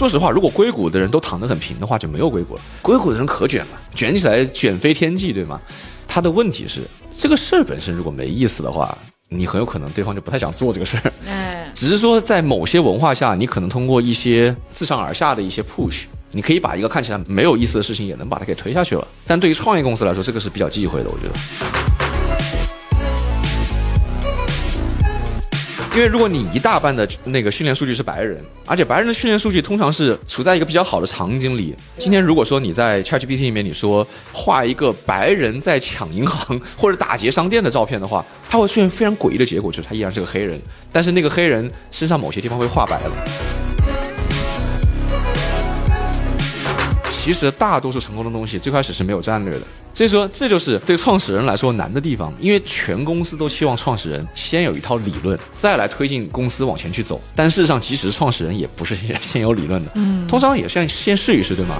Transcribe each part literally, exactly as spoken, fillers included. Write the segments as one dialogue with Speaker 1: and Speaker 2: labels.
Speaker 1: 说实话，如果硅谷的人都躺得很平的话，就没有硅谷了。硅谷的人可卷了，卷起来卷飞天际，对吗？他的问题是，这个事儿本身如果没意思的话，你很有可能对方就不太想做这个事儿。
Speaker 2: 哎，
Speaker 1: 只是说在某些文化下，你可能通过一些自上而下的一些 push， 你可以把一个看起来没有意思的事情也能把它给推下去了。但对于创业公司来说，这个是比较忌讳的，我觉得。因为如果你一大半的那个训练数据是白人，而且白人的训练数据通常是处在一个比较好的场景里。今天如果说你在 ChatGPT 里面你说画一个白人在抢银行或者打劫商店的照片的话，它会出现非常诡异的结果，就是他依然是个黑人，但是那个黑人身上某些地方会画白了。其实大多数成功的东西最开始是没有战略的，所以说这就是对创始人来说难的地方。因为全公司都期望创始人先有一套理论，再来推进公司往前去走。但事实上，其实创始人也不是先有理论的，嗯，通常也是先试一试，对吗？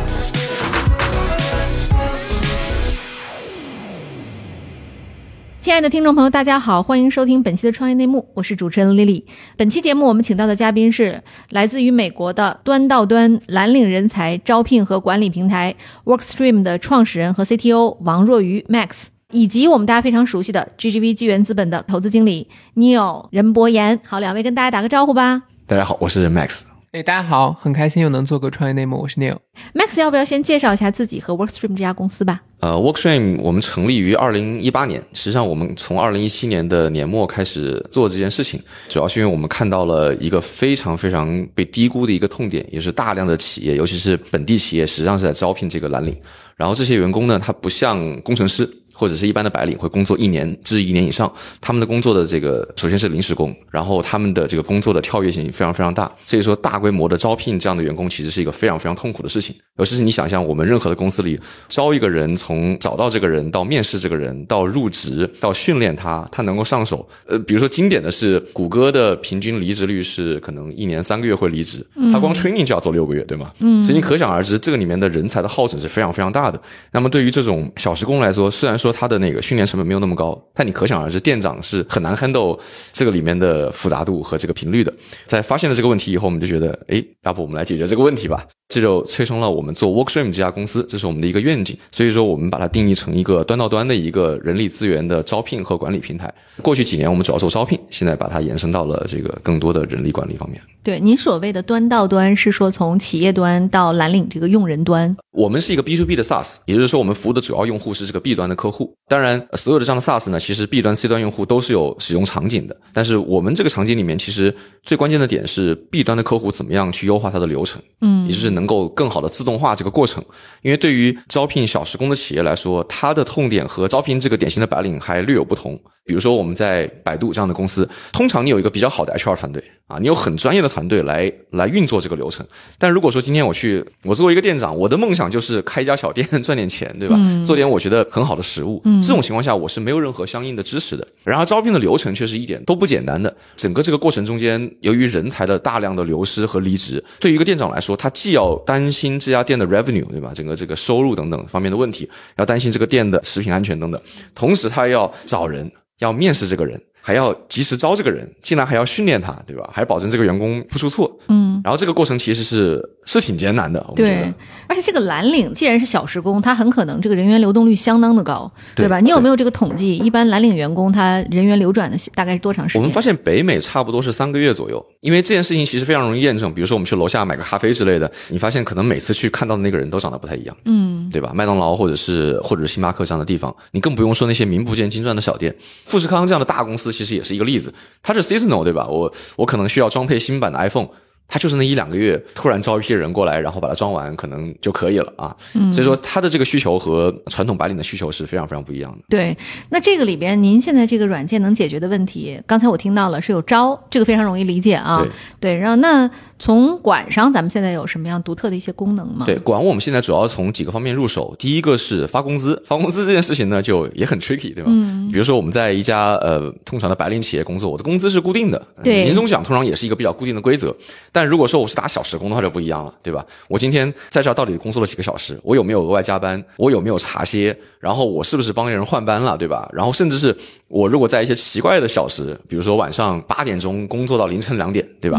Speaker 2: 亲爱的听众朋友，大家好，欢迎收听本期的创业内幕，我是主持人 Lily。 本期节目我们请到的嘉宾是来自于美国的端到端蓝领人才招聘和管理平台 Workstream 的创始人和 C T O 王若愚 Max， 以及我们大家非常熟悉的 G G V 纪元资本的投资经理 Neil 任博言。好，两位跟大家打个招呼吧。
Speaker 1: 大家好，我是 Max。
Speaker 3: 哎，大家好，很开心又能做个创业内幕，我是 Neil。
Speaker 2: Max 要不要先介绍一下自己和 Workstream 这家公司吧？
Speaker 1: 呃 Workstream 我们成立于二零一八年，实际上我们从二零一七年的年末开始做这件事情，主要是因为我们看到了一个非常非常被低估的一个痛点，也是大量的企业，尤其是本地企业，实际上是在招聘这个蓝领。然后这些员工呢，他不像工程师或者是一般的白领会工作一年至一年以上，他们的工作的这个首先是临时工，然后他们的这个工作的跳跃性非常非常大，所以说大规模的招聘这样的员工其实是一个非常非常痛苦的事情。尤其是你想象我们任何的公司里招一个人，从找到这个人到面试这个人到入职到训练他，他能够上手，呃，比如说经典的是谷歌的平均离职率是可能一年三个月会离职，他光 training 就要做六个月，对吗？嗯，所以你可想而知这个里面的人才的耗损是非常非常大的。那么对于这种小时工来说，虽然说他的那个训练成本没有那么高，但你可想而知店长是很难 handle 这个里面的复杂度和这个频率的。在发现了这个问题以后，我们就觉得诶，要不我们来解决这个问题吧，这就催生了我们做 Workstream 这家公司，这是我们的一个愿景。所以说我们把它定义成一个端到端的一个人力资源的招聘和管理平台。过去几年我们主要做招聘，现在把它延伸到了这个更多的人力管理方面。
Speaker 2: 对，您所谓的端到端是说从企业端到蓝领这个用人端。
Speaker 1: 我们是一个 B to B 的 SaaS， 也就是说我们服务的主要用户是这个 B 端的客户。当然所有的这样的 SaaS 呢，其实 B 端 C 端用户都是有使用场景的，但是我们这个场景里面其实最关键的点是 B 端的客户怎么样去优化它的流程，嗯，也就是能够更好的自动化这个过程。因为对于招聘小时工的企业来说，它的痛点和招聘这个典型的白领还略有不同。比如说我们在百度这样的公司，通常你有一个比较好的 H R 团队啊，你有很专业的团队来来运作这个流程。但如果说今天我去，我作为一个店长，我的梦想就是开一家小店赚点钱，对吧？嗯、做点我觉得很好的食物、嗯，这种情况下我是没有任何相应的支持的。然后招聘的流程却是一点都不简单的，整个这个过程中间，由于人才的大量的流失和离职，对于一个店长来说，他既要担心这家店的 revenue， 对吧？整个这个收入等等方面的问题，要担心这个店的食品安全等等，同时他要找人，要面试这个人，还要及时招这个人，竟然还要训练他，对吧？还保证这个员工不出错。嗯，然后这个过程其实是是挺艰难的。我们觉得
Speaker 2: 对，而且这个蓝领既然是小时工，他很可能这个人员流动率相当的高， 对, 对吧？你有没有这个统计？一般蓝领员工他人员流转的大概是多长时间？
Speaker 1: 我们发现北美差不多是三个月左右，因为这件事情其实非常容易验证。比如说我们去楼下买个咖啡之类的，你发现可能每次去看到的那个人都长得不太一样，嗯，对吧？麦当劳或者是或者是星巴克这样的地方，你更不用说那些名不见经传的小店。富士康这样的大公司其实也是一个例子，它是 seasonal， 对吧？我我可能需要装配新版的 iPhone， 它就是那一两个月突然招一批人过来，然后把它装完可能就可以了啊。嗯，所以说它的这个需求和传统白领的需求是非常非常不一样的。
Speaker 2: 对，那这个里边您现在这个软件能解决的问题，刚才我听到了是有招，这个非常容易理解啊。对，对，然后那从管上咱们现在有什么样独特的一些功能吗？
Speaker 1: 对，管我们现在主要从几个方面入手。第一个是发工资，发工资这件事情呢就也很 tricky， 对吧？嗯，比如说我们在一家呃通常的白领企业工作，我的工资是固定的，
Speaker 2: 对，
Speaker 1: 年终奖通常也是一个比较固定的规则。但如果说我是打小时工的话就不一样了，对吧？我今天在这儿到底工作了几个小时，我有没有额外加班，我有没有茶歇，然后我是不是帮人换班了，对吧？然后甚至是我如果在一些奇怪的小时，比如说晚上八点钟工作到凌晨两点，对吧？嗯，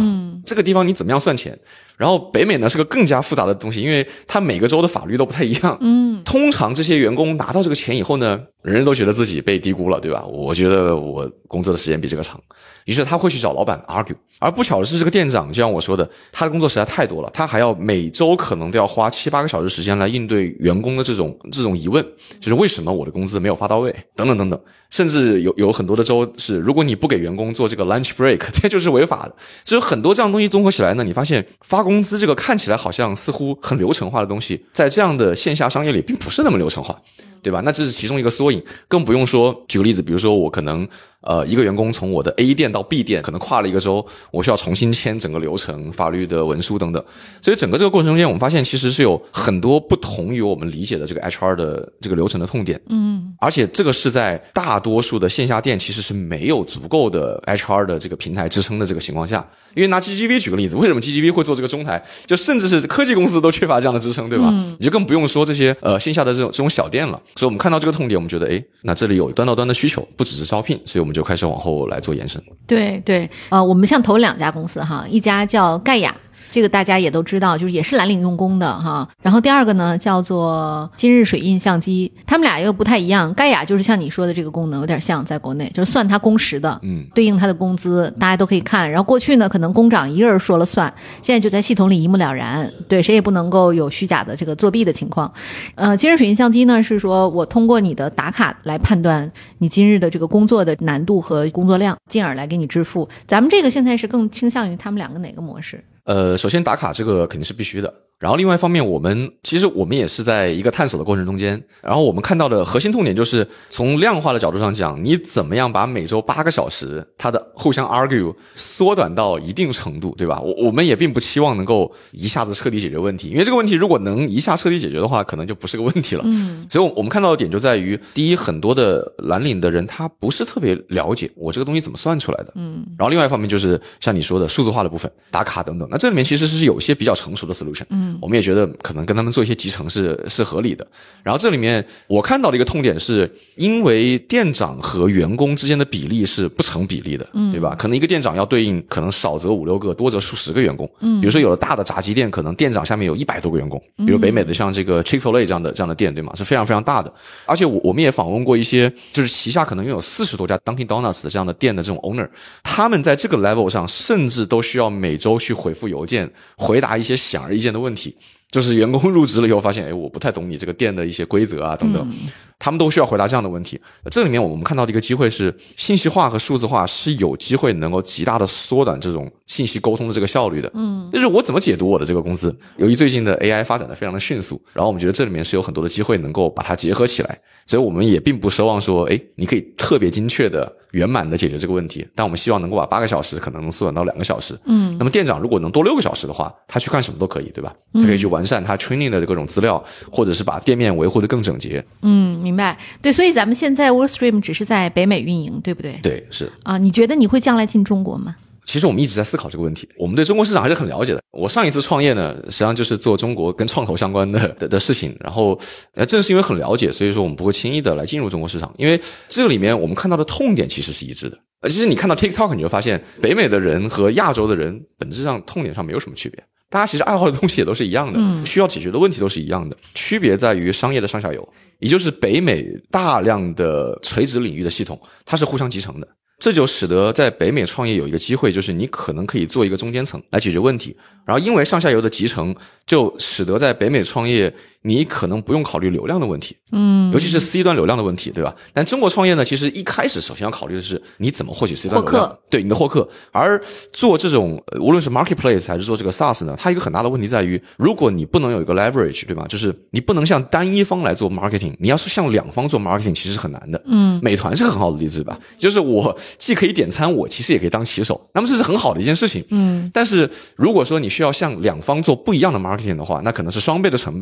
Speaker 1: 这个地方你怎么样算钱？然后北美呢是个更加复杂的东西，因为它每个州的法律都不太一样。
Speaker 2: 嗯，
Speaker 1: 通常这些员工拿到这个钱以后呢，人人都觉得自己被低估了，对吧？我觉得我工作的时间比这个长，于是他会去找老板 argue。而不巧的是，这个店长就像我说的，他的工作实在太多了，他还要每周可能都要花七八个小时时间来应对员工的这种这种疑问，就是为什么我的工资没有发到位，等等等等。甚至有有很多的州是，如果你不给员工做这个 lunch break， 这就是违法的。就是很多这样的东西综合起来呢，你发现发工资这个看起来好像似乎很流程化的东西，在这样的线下商业里并不是那么流程化，对吧？那这是其中一个缩影。更不用说举个例子，比如说我可能呃一个员工从我的 A 店到 B 店，可能跨了一个州，我需要重新签整个流程、法律的文书等等。所以整个这个过程中间，我们发现其实是有很多不同于我们理解的这个 H R 的这个流程的痛点。嗯，而且这个是在大多数的线下店其实是没有足够的 H R 的这个平台支撑的这个情况下。因为拿 G G V 举个例子，为什么 G G V 会做这个中台？就甚至是科技公司都缺乏这样的支撑，对吧？嗯，你就更不用说这些呃线下的这种这种小店了。所以我们看到这个痛点，我们觉得诶，那这里有端到端的需求，不只是招聘，所以我们就开始往后来做延伸。
Speaker 2: 对对，呃，我们像投两家公司哈，一家叫盖亚。这个大家也都知道，就是也是蓝领用工的哈。然后第二个呢叫做今日水印相机，他们俩又不太一样。盖亚就是像你说的这个功能有点像在国内，就是算他工时的，嗯，对应他的工资，大家都可以看。然后过去呢，可能工长一个人说了算，现在就在系统里一目了然，对，谁也不能够有虚假的这个作弊的情况。呃，今日水印相机呢是说我通过你的打卡来判断你今日的这个工作的难度和工作量，进而来给你支付。咱们这个现在是更倾向于他们两个哪个模式？
Speaker 1: 呃，首先打卡这个肯定是必须的，然后另外一方面，我们其实我们也是在一个探索的过程中间，然后我们看到的核心痛点就是从量化的角度上讲，你怎么样把每周八个小时它的互相 argue 缩短到一定程度，对吧？我我们也并不期望能够一下子彻底解决问题，因为这个问题如果能一下彻底解决的话，可能就不是个问题了。嗯，所以我们看到的点就在于，第一，很多的蓝领的人他不是特别了解我这个东西怎么算出来的。嗯，然后另外一方面就是像你说的数字化的部分，打卡等等。那这里面其实是有一些比较成熟的 solution， 嗯，我们也觉得可能跟他们做一些集成是是合理的。然后这里面我看到的一个痛点是，因为店长和员工之间的比例是不成比例的，嗯，对吧？可能一个店长要对应可能少则五六个，多则数十个员工，嗯，比如说有了大的炸鸡店，可能店长下面有一百多个员工，比如北美的像这个 Chick-fil-A 这样的这样的店，对吗？是非常非常大的。而且我我们也访问过一些就是旗下可能拥有四十多家 Dunkin' Donuts 的这样的店的这种 owner， 他们在这个 level 上甚至都需要每周去回复邮件，回答一些显而易见的问题。就是员工入职了以后发现，哎，我不太懂你这个店的一些规则啊等等，嗯，他们都需要回答这样的问题。这里面我们看到的一个机会是，信息化和数字化是有机会能够极大的缩短这种信息沟通的这个效率的。嗯，就是我怎么解读我的这个公司？由于最近的 A I 发展的非常的迅速，然后我们觉得这里面是有很多的机会能够把它结合起来，所以我们也并不奢望说，哎，你可以特别精确的、圆满的解决这个问题，但我们希望能够把八个小时可能能缩短到两个小时。嗯，那么店长如果能多六个小时的话，他去干什么都可以，对吧？他可以去完善他 training 的各种资料，或者是把店面维护得更整洁。
Speaker 2: 嗯，明白。对，所以咱们现在 Workstream 只是在北美运营，对不对？
Speaker 1: 对，是
Speaker 2: 啊。你觉得你会将来进中国吗？
Speaker 1: 其实我们一直在思考这个问题，我们对中国市场还是很了解的。我上一次创业呢，实际上就是做中国跟创投相关的 的, 的事情，然后呃，正是因为很了解，所以说我们不会轻易的来进入中国市场，因为这个里面我们看到的痛点其实是一致的。呃，其实你看到 TikTok 你就发现，北美的人和亚洲的人本质上痛点上没有什么区别。大家其实爱好的东西也都是一样的，嗯，需要解决的问题都是一样的，区别在于商业的上下游，也就是北美大量的垂直领域的系统，它是互相集成的。这就使得在北美创业有一个机会，就是你可能可以做一个中间层来解决问题，然后因为上下游的集成，就使得在北美创业你可能不用考虑流量的问题，嗯，尤其是 C 端流量的问题，对吧？但中国创业呢，其实一开始首先要考虑的是你怎么获取 C 端流量，对你的获客。而做这种无论是 marketplace 还是做这个 SaaS 呢，它一个很大的问题在于，如果你不能有一个 leverage， 对吧？就是你不能向单一方来做 marketing， 你要是向两方做 marketing， 其实是很难的。嗯，美团是个很好的例子，对吧？就是我既可以点餐，我其实也可以当骑手，那么这是很好的一件事情。嗯，但是如果说你需要向两方做不一样的 marketing 的话，那可能是双倍的成本，但是收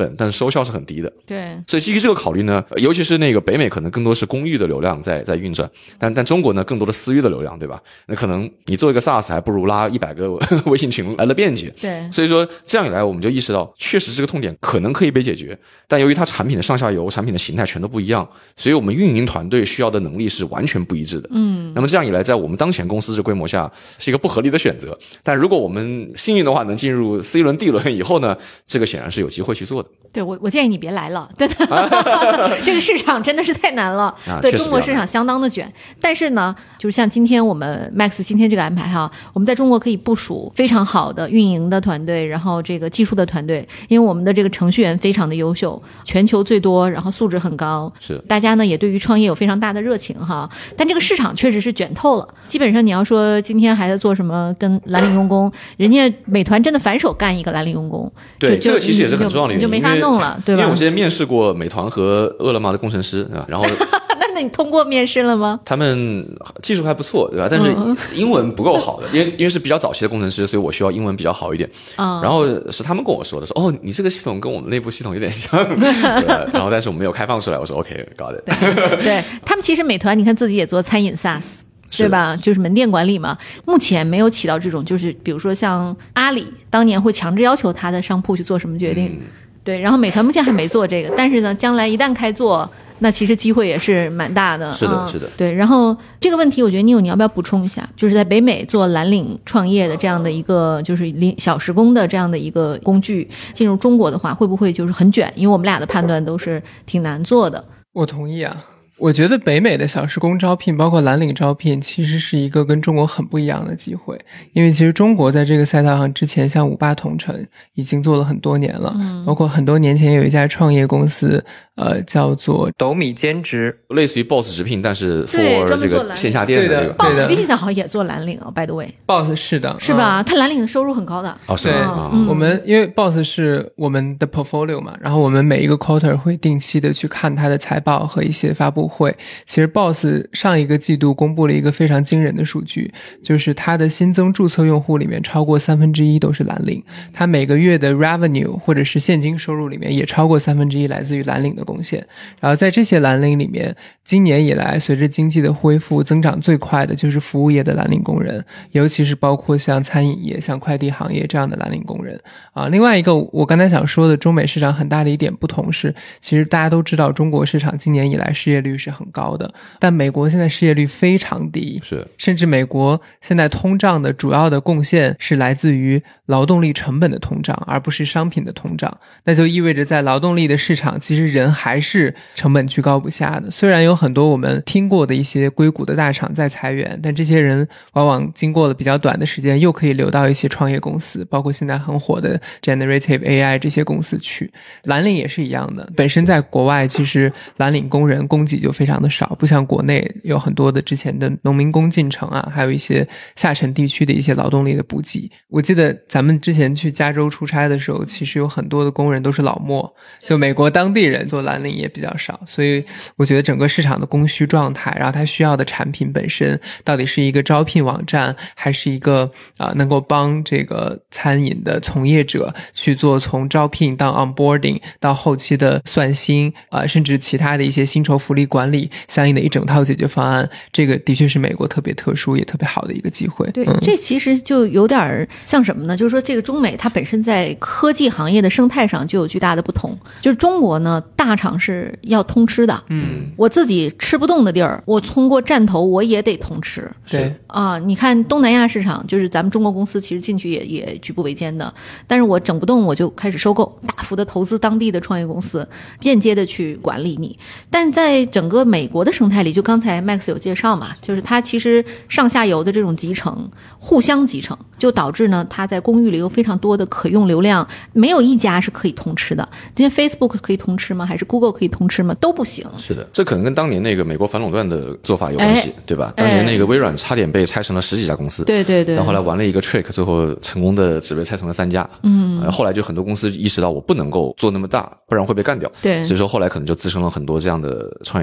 Speaker 1: 收效是很低的。
Speaker 2: 对，
Speaker 1: 所以基于这个考虑呢，尤其是那个北美可能更多是公域的流量在在运转，但但中国呢更多的私域的流量，对吧？那可能你做一个 SaaS 还不如拉一百个微信群来的便捷。
Speaker 2: 对，
Speaker 1: 所以说这样一来，我们就意识到，确实这个痛点可能可以被解决，但由于它产品的上下游、产品的形态全都不一样，所以我们运营团队需要的能力是完全不一致的。嗯，那么这样一来，在我们当前公司这规模下，是一个不合理的选择。但如果我们幸运的话，能进入 C 轮、D 轮以后呢，这个显然是有机会去做的。
Speaker 2: 对，我我建议你别来了，真的，这个市场真的是太难了。
Speaker 1: 啊、
Speaker 2: 对，中国市场相当的卷。但是呢，就是像今天我们 Max 今天这个安排哈，我们在中国可以部署非常好的运营的团队，然后这个技术的团队，因为我们的这个程序员非常的优秀，全球最多，然后素质很高，
Speaker 1: 是
Speaker 2: 大家呢也对于创业有非常大的热情哈。但这个市场确实是卷透了，基本上你要说今天还在做什么跟蓝领用工，人家美团真的反手干一个蓝领用工，
Speaker 1: 对，这个其实也是很重要的原因，
Speaker 2: 你就没法弄了，对吧？
Speaker 1: 因为我之前面试过美团和饿了么的工程师，然后
Speaker 2: 那你通过面试了吗？
Speaker 1: 他们技术还不错，对吧？但是英文不够好的，因为因为是比较早期的工程师，所以我需要英文比较好一点。嗯，然后是他们跟我说的，说哦，你这个系统跟我们内部系统有点像，对吧？然后但是我没有开放出来，我说 OK，got it。
Speaker 2: 对, 对他们其实美团，你看自己也做餐饮 SaaS。对吧？就是门店管理嘛，目前没有起到这种，就是比如说像阿里当年会强制要求他的商铺去做什么决定，嗯、对，然后美团目前还没做这个，但是呢，将来一旦开做，那其实机会也是蛮大的。
Speaker 1: 是的，
Speaker 2: 嗯、
Speaker 1: 是的。
Speaker 2: 对，然后这个问题，我觉得Neil你要不要补充一下？就是在北美做蓝领创业的这样的一个，就是零小时工的这样的一个工具，进入中国的话，会不会就是很卷？因为我们俩的判断都是挺难做的。
Speaker 3: 我同意啊。我觉得北美的小时工招聘包括蓝领招聘其实是一个跟中国很不一样的机会，因为其实中国在这个赛道上之前像五八同城已经做了很多年了、嗯、包括很多年前有一家创业公司呃，叫做斗米兼职，
Speaker 1: 类似于 Boss 直聘但是 for 这个线下店的这个
Speaker 2: Boss 直聘现在好像也做蓝领哦 by the way
Speaker 3: Boss 是的
Speaker 2: 是吧、嗯、他蓝领的收入很高的
Speaker 1: 哦，是
Speaker 3: 对、
Speaker 1: 嗯、
Speaker 3: 我们因为 Boss 是我们的 portfolio 嘛，然后我们每一个 quarter 会定期的去看他的财报和一些发布会。其实 Boss 上一个季度公布了一个非常惊人的数据，就是它的新增注册用户里面超过三分之一都是蓝领，它每个月的 revenue 或者是现金收入里面也超过三分之一来自于蓝领的贡献。然后在这些蓝领里面，今年以来随着经济的恢复，增长最快的就是服务业的蓝领工人，尤其是包括像餐饮业、像快递行业这样的蓝领工人啊。另外一个我刚才想说的中美市场很大的一点不同是，其实大家都知道中国市场今年以来失业率是很高的，但美国现在失业率非常低，
Speaker 1: 是
Speaker 3: 甚至美国现在通胀的主要的贡献是来自于劳动力成本的通胀，而不是商品的通胀。那就意味着在劳动力的市场，其实人还是成本居高不下的。虽然有很多我们听过的一些硅谷的大厂在裁员，但这些人往往经过了比较短的时间又可以流到一些创业公司，包括现在很火的 Generative A I 这些公司去。蓝领也是一样的，本身在国外其实蓝领工人供给就非常的少，不像国内有很多的之前的农民工进城啊，还有一些下沉地区的一些劳动力的补给。我记得咱们之前去加州出差的时候，其实有很多的工人都是老墨，就美国当地人做蓝领也比较少，所以我觉得整个市场的供需状态，然后它需要的产品本身到底是一个招聘网站，还是一个啊、呃、能够帮这个餐饮的从业者去做从招聘到 onboarding 到后期的算薪啊、呃，甚至其他的一些薪酬福利管理相应的一整套解决方案，这个的确是美国特别特殊也特别好的一个机会。
Speaker 2: 对、
Speaker 3: 嗯、
Speaker 2: 这其实就有点像什么呢，就是说这个中美它本身在科技行业的生态上就有巨大的不同。就是中国呢，大厂是要通吃的，嗯，我自己吃不动的地儿，我通过站投我也得通吃。
Speaker 3: 对
Speaker 2: 啊，你看东南亚市场，就是咱们中国公司其实进去也也举步维艰的，但是我整不动我就开始收购，大幅的投资当地的创业公司，间接的去管理你。但在整个美国的生态里，就刚才 Max 有介绍嘛，就是它其实上下游的这种集成互相集成，就导致呢它在公寓里有非常多的可用流量，没有一家是可以通吃的。今天 Facebook 可以通吃吗？还是 Google 可以通吃吗？都不行。
Speaker 1: 是的，这可能跟当年那个美国反垄断的做法有关系、哎、对吧？当年那个微软差点被拆成了十几家公司，
Speaker 2: 对对对，
Speaker 1: 但后来玩了一个 trick， 最后成功的只被拆成了三家。嗯、呃，后来就很多公司意识到我不能够做那么大，不然会被干掉。
Speaker 2: 对，
Speaker 1: 所以说后来可能就滋生了很多这样的创业公司。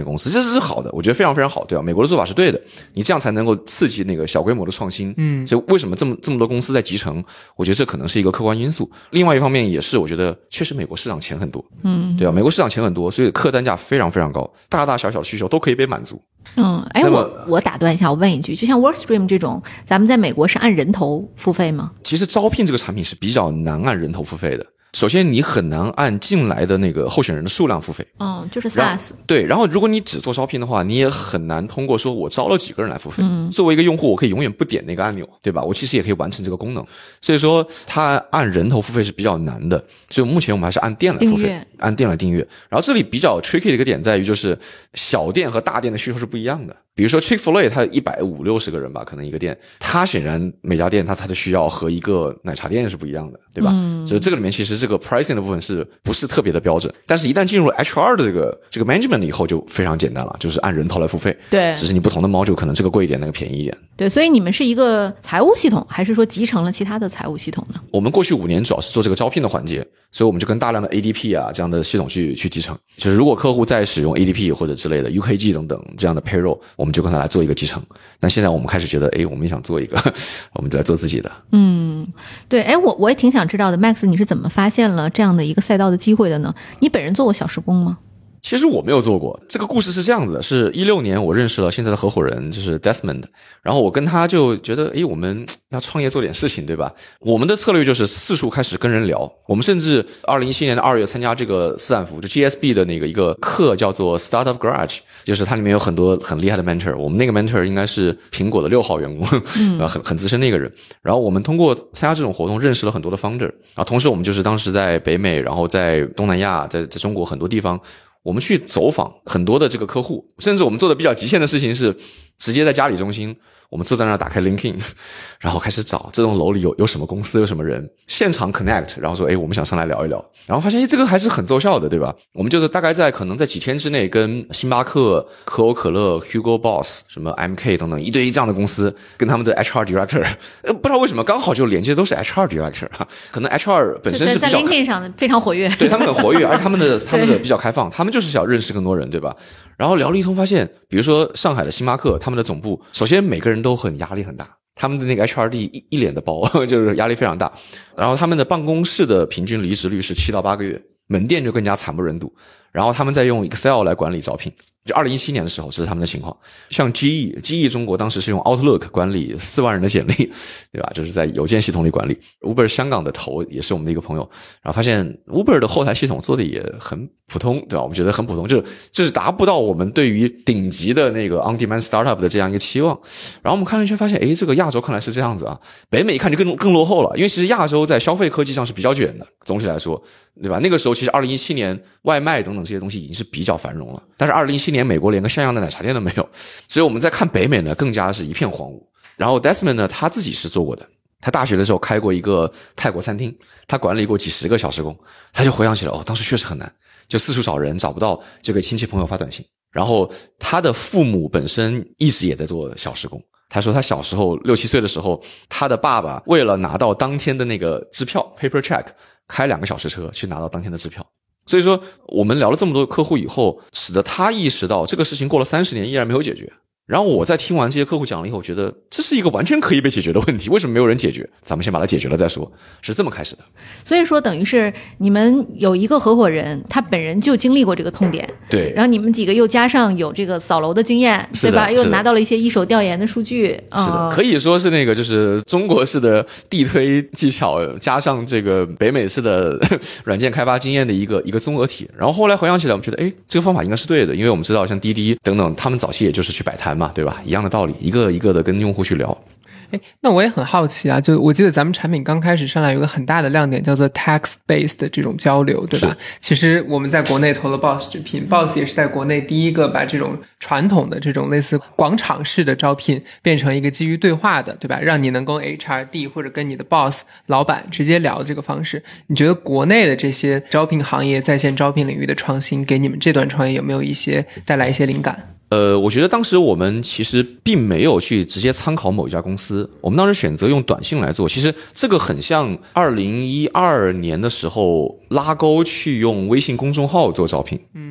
Speaker 1: 公司，这是好的，我觉得非常非常好，对吧？美国的做法是对的，你这样才能够刺激那个小规模的创新。嗯，所以为什么这么这么多公司在集成？我觉得这可能是一个客观因素。另外一方面也是，我觉得确实美国市场钱很多，嗯，对吧？美国市场钱很多，所以客单价非常非常高，大大小小的需求都可以被满足。
Speaker 2: 嗯，哎，我我打断一下，我问一句，就像 Workstream 这种，咱们在美国是按人头付费吗？
Speaker 1: 其实招聘这个产品是比较难按人头付费的。首先你很难按进来的那个候选人的数量付费，
Speaker 2: 嗯，就是 SaaS。
Speaker 1: 对，然后如果你只做招聘的话，你也很难通过说我招了几个人来付费。嗯，作为一个用户，我可以永远不点那个按钮，对吧？我其实也可以完成这个功能。所以说它按人头付费是比较难的，所以目前我们还是按店来付费，按店来订阅。然后这里比较 tricky 的一个点在于，就是小店和大店的需求是不一样的。比如说 Chick-fil-A 它一百五六十个人吧，可能一个店，它显然每家店它它的需要和一个奶茶店是不一样的，对吧？嗯，所以这个里面其实这个 pricing 的部分是不是特别的标准？但是一旦进入了 H R 的这个这个 management 以后就非常简单了，就是按人头来付费。
Speaker 2: 对，
Speaker 1: 只是你不同的 module 可能这个贵一点，那个便宜一点。
Speaker 2: 对，所以你们是一个财务系统，还是说集成了其他的财务系统呢？
Speaker 1: 我们过去五年主要是做这个招聘的环节，所以我们就跟大量的 A D P 啊这样的系统去去集成。就是如果客户在使用 A D P 或者之类的 U K G 等等这样的 payroll， 我们就跟他来做一个集成。那现在我们开始觉得，诶，我们也想做一个，我们就来做自己的。
Speaker 2: 嗯，对，诶，我我也挺想知道的 Max 你是怎么发现了这样的一个赛道的机会的呢？你本人做过小时工吗？
Speaker 1: 其实我没有做过。这个故事是这样子的，是一六年我认识了现在的合伙人，就是 Desmond， 然后我跟他就觉得，诶，我们要创业做点事情，对吧？我们的策略就是四处开始跟人聊。我们甚至二零一七年的二月参加这个斯坦福就 G S B 的那个一个课叫做 Startup Garage， 就是它里面有很多很厉害的 mentor， 我们那个 mentor 应该是苹果的六号员工，嗯，很很资深的一个人。然后我们通过参加这种活动认识了很多的 founder， 然后同时我们就是当时在北美，然后在东南亚，在在中国很多地方，我们去走访很多的这个客户，甚至我们做的比较极限的事情是直接在家里中心，我们坐在那儿打开 LinkedIn， 然后开始找这栋楼里有有什么公司有什么人，现场 connect， 然后说诶我们想上来聊一聊，然后发现诶这个还是很奏效的，对吧？我们就是大概在可能在几天之内跟星巴克、可口可乐、Hugo Boss 什么 M K 等等一堆这样的公司跟他们的 H R director， 呃不知道为什么刚好就连接都是 H R director， 可能 H R 本身是比较
Speaker 2: 在 LinkedIn 上非常活跃，
Speaker 1: 对，他们很活跃，而且他们的他们的比较开放，他们就是想认识更多人，对吧？然后聊了一通发现，比如说上海的星巴克他们的总部，首先每个人都很压力很大，他们的那个 H R D 一, 一脸的包，就是压力非常大。然后他们的办公室的平均离职率是七到八个月，门店就更加惨不忍睹。然后他们在用 Excel 来管理招聘，就二零一七年的时候这是他们的情况。像 G E G E 中国当时是用 Outlook 管理四万人的简历，对吧？就是在邮件系统里管理。 Uber 香港的头也是我们的一个朋友，然后发现 Uber 的后台系统做的也很普通，对吧？我们觉得很普通，就是就是达不到我们对于顶级的那个 on demand startup 的这样一个期望。然后我们看了一圈发现，诶，这个亚洲看来是这样子啊，北美一看就更更落后了，因为其实亚洲在消费科技上是比较卷的，总体来说，对吧？那个时候其实二零一七年外卖等等这些东西已经是比较繁荣了，但是二零一七年美国连个像样的奶茶店都没有，所以我们在看北美呢更加是一片荒芜。然后 Desmond 呢他自己是做过的，他大学的时候开过一个泰国餐厅，他管理过几十个小时工，他就回想起来，哦，当时确实很难，就四处找人找不到，就给亲戚朋友发短信。然后他的父母本身一直也在做小时工，他说他小时候六七岁的时候，他的爸爸为了拿到当天的那个支票 paper check， 开两个小时车去拿到当天的支票。所以说我们聊了这么多客户以后，使得他意识到这个事情过了三十年依然没有解决。然后我在听完这些客户讲了以后，觉得这是一个完全可以被解决的问题，为什么没有人解决？咱们先把它解决了再说，是这么开始的。
Speaker 2: 所以说等于是你们有一个合伙人，他本人就经历过这个痛点，
Speaker 1: 对，
Speaker 2: 然后你们几个又加上有这个扫楼的经验，对吧？又拿到了一些一手调研的数据，
Speaker 1: 是的，可以说是那个就是中国式的地推技巧加上这个北美式的软件开发经验的一个一个综合体。然后后来回想起来，我们觉得诶这个方法应该是对的，因为我们知道像滴滴等等他们早期也就是去摆摊嘛，对吧？一样的道理，一个一个的跟用户去聊。
Speaker 3: 哎，那我也很好奇啊，就我记得咱们产品刚开始上来有一个很大的亮点叫做 text based 的这种交流，对吧？其实我们在国内投了 Boss 直聘， Boss 也是在国内第一个把这种传统的这种类似广场式的招聘变成一个基于对话的，对吧？让你能够 H R D 或者跟你的 Boss 老板直接聊这个方式。你觉得国内的这些招聘行业在线招聘领域的创新给你们这段创业有没有一些带来一些灵感？
Speaker 1: 呃，我觉得当时我们其实并没有去直接参考某一家公司，我们当时选择用短信来做。其实这个很像二零一二年的时候拉钩去用微信公众号做招聘。嗯，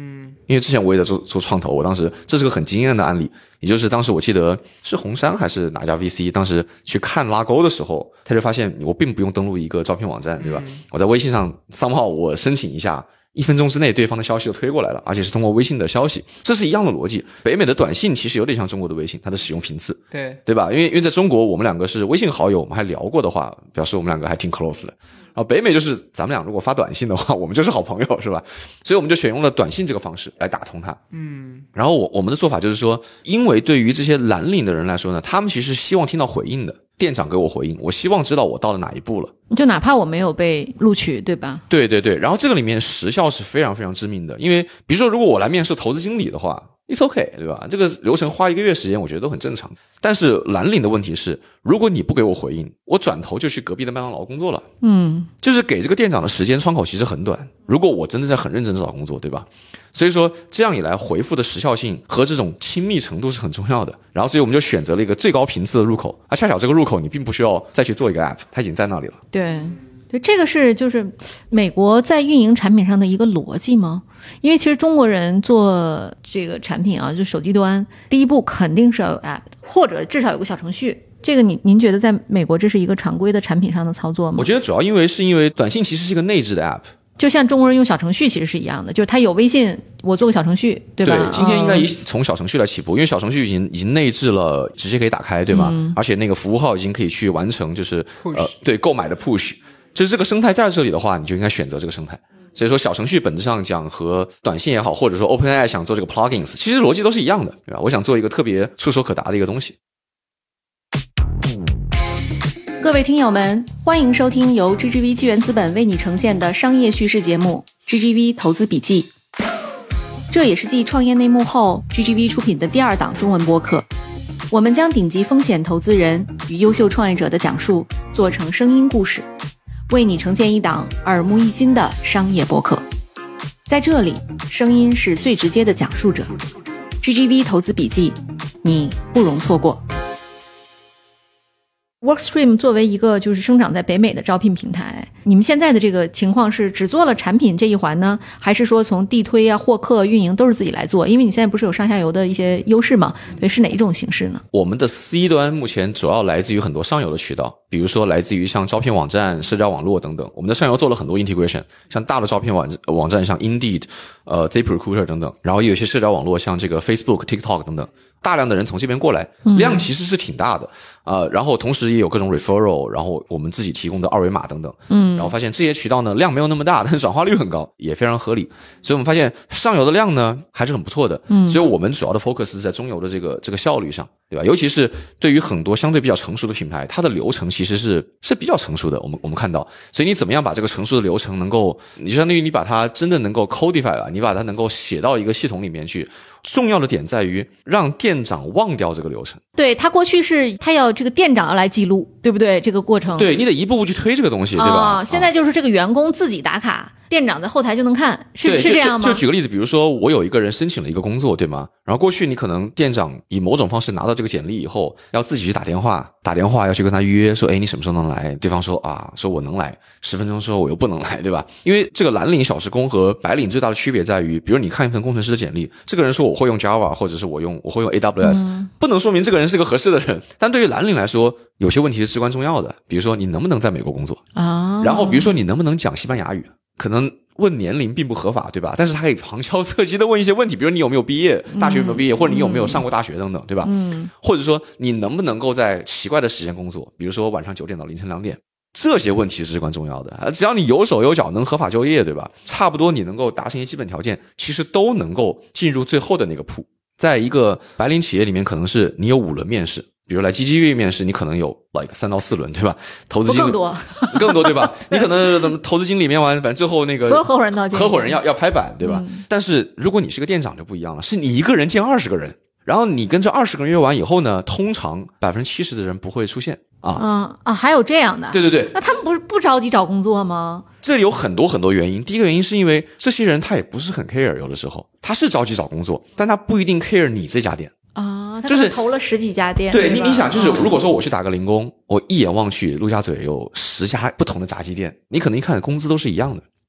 Speaker 1: 因为之前我也在做做创投，我当时这是个很惊艳的案例，也就是当时我记得是红杉还是哪家 V C， 当时去看拉钩的时候，他就发现我并不用登录一个招聘网站，对吧？嗯、我在微信上somehow我申请一下，一分钟之内对方的消息就推过来了，而且是通过微信的消息，这是一样的逻辑。北美的短信其实有点像中国的微信，它的使用频次，
Speaker 3: 对
Speaker 1: 对吧？因为因为在中国我们两个是微信好友，我们还聊过的话，表示我们两个还挺 close 的。然后北美就是咱们俩如果发短信的话，我们就是好朋友，是吧？所以我们就选用了短信这个方式来打通它。
Speaker 3: 嗯，
Speaker 1: 然后我我们的做法就是说，因为对于这些蓝领的人来说呢，他们其实希望听到回应的。店长给我回应，我希望知道我到了哪一步了，
Speaker 2: 就哪怕我没有被录取，对吧？
Speaker 1: 对对对，然后这个里面时效是非常非常致命的，因为比如说如果我来面试投资经理的话 it's okay， 对吧？这个流程花一个月时间我觉得都很正常。但是蓝领的问题是，如果你不给我回应，我转头就去隔壁的麦当劳工作了。
Speaker 2: 嗯，
Speaker 1: 就是给这个店长的时间窗口其实很短，如果我真的在很认真的找工作，对吧？所以说这样一来回复的时效性和这种亲密程度是很重要的。然后所以我们就选择了一个最高频次的入口，而恰巧这个入口你并不需要再去做一个 app， 它已经在那里了。
Speaker 2: 对对，这个是就是美国在运营产品上的一个逻辑吗？因为其实中国人做这个产品啊，就手机端第一步肯定是要有 app， 或者至少有个小程序。这个您您觉得在美国这是一个常规的产品上的操作吗？
Speaker 1: 我觉得主要因为是因为短信其实是一个内置的 app，
Speaker 2: 就像中国人用小程序其实是一样的，就是他有微信，我做个小程序，对吧？
Speaker 1: 对，今天应该以从小程序来起步，因为小程序已经已经内置了，直接可以打开，对吧？嗯、而且那个服务号已经可以去完成，就是呃，对购买的 push， 就是这个生态在这里的话，你就应该选择这个生态。所以说，小程序本质上讲和短信也好，或者说 OpenAI 想做这个 plugins， 其实逻辑都是一样的，对吧？我想做一个特别触手可达的一个东西。
Speaker 2: 各位听友们，欢迎收听由 G G V 纪元资本为你呈现的商业叙事节目 G G V 投资笔记。这也是继创业内幕后 G G V 出品的第二档中文播客。我们将顶级风险投资人与优秀创业者的讲述做成声音故事，为你呈现一档耳目一新的商业播客。在这里，声音是最直接的讲述者。G G V 投资笔记，你不容错过。Workstream 作为一个就是生长在北美的招聘平台，你们现在的这个情况是只做了产品这一环呢，还是说从地推啊、获客、运营都是自己来做？因为你现在不是有上下游的一些优势嘛？对，是哪一种形式呢？
Speaker 1: 我们的 C 端目前主要来自于很多上游的渠道，比如说来自于像招聘网站、社交网络等等。我们的上游做了很多 integration， 像大的招聘网网站像 Indeed、呃 ZipRecruiter 等等，然后也有一些社交网络像这个 Facebook、TikTok 等等。大量的人从这边过来，量其实是挺大的啊、呃。然后同时也有各种 referral， 然后我们自己提供的二维码等等，嗯，然后发现这些渠道呢量没有那么大，但是转化率很高，也非常合理。所以我们发现上游的量呢还是很不错的，嗯，所以我们主要的 focus 是在中游的这个这个效率上，对吧？尤其是对于很多相对比较成熟的品牌，它的流程其实是是比较成熟的。我们我们看到，所以你怎么样把这个成熟的流程能够，你就相当于你把它真的能够 codify 了，你把它能够写到一个系统里面去。重要的点在于让店长忘掉这个流程。
Speaker 2: 对，他过去是他要这个店长要来记录，对不对？这个过程。
Speaker 1: 对，你得一步步去推这个东西，对吧？
Speaker 2: 啊，现在就是这个员工自己打卡，店长在后台就能看，是是这样吗？
Speaker 1: 就举个例子，比如说我有一个人申请了一个工作，对吗？然后过去你可能店长以某种方式拿到这个简历以后，要自己去打电话，打电话要去跟他约，说，哎，你什么时候能来？对方说啊，说我能来，十分钟之后我又不能来，对吧？因为这个蓝领小时工和白领最大的区别在于，比如你看一份工程师的简历，这个人说我会用 Java 或者是我用我会用 A W S，嗯，不能说明这个人是个合适的人。但对于蓝领来说，有些问题是至关重要的，比如说你能不能在美国工作啊？然后比如说你能不能讲西班牙语？可能问年龄并不合法，对吧？但是他可以旁敲侧击的问一些问题，比如你有没有毕业，大学有没有毕业，或者你有没有上过大学等等，对吧？嗯，或者说你能不能够在奇怪的时间工作，比如说晚上九点到凌晨两点。这些问题是至关重要的，只要你有手有脚能合法就业，对吧？差不多你能够达成一些基本条件，其实都能够进入最后的那个铺。在一个白领企业里面，可能是你有五轮面试，比如来 G G V 面试，你可能有 like 三到四轮，对吧？投资经理
Speaker 2: 更多，
Speaker 1: 更多，对吧？你可能投资经理面完，反正最后那个
Speaker 2: 所有合伙人到
Speaker 1: 合伙人要要拍板，对吧？嗯，但是如果你是个店长就不一样了，是你一个人见二十个人。然后你跟这二十个人约完以后呢，通常百分之七十的人不会出现啊。
Speaker 2: 嗯啊，还有这样的？
Speaker 1: 对对对。
Speaker 2: 那他们不是不着急找工作吗？
Speaker 1: 这有很多很多原因。第一个原因是因为这些人他也不是很 care， 有的时候他是着急找工作，但他不一定 care 你这家店
Speaker 2: 啊。他
Speaker 1: 就是
Speaker 2: 投了十几家店。
Speaker 1: 对，你你想，就是如果说我去打个零工，我一眼望去，陆家嘴有十家不同的炸鸡店，你可能一看工资都是一样的。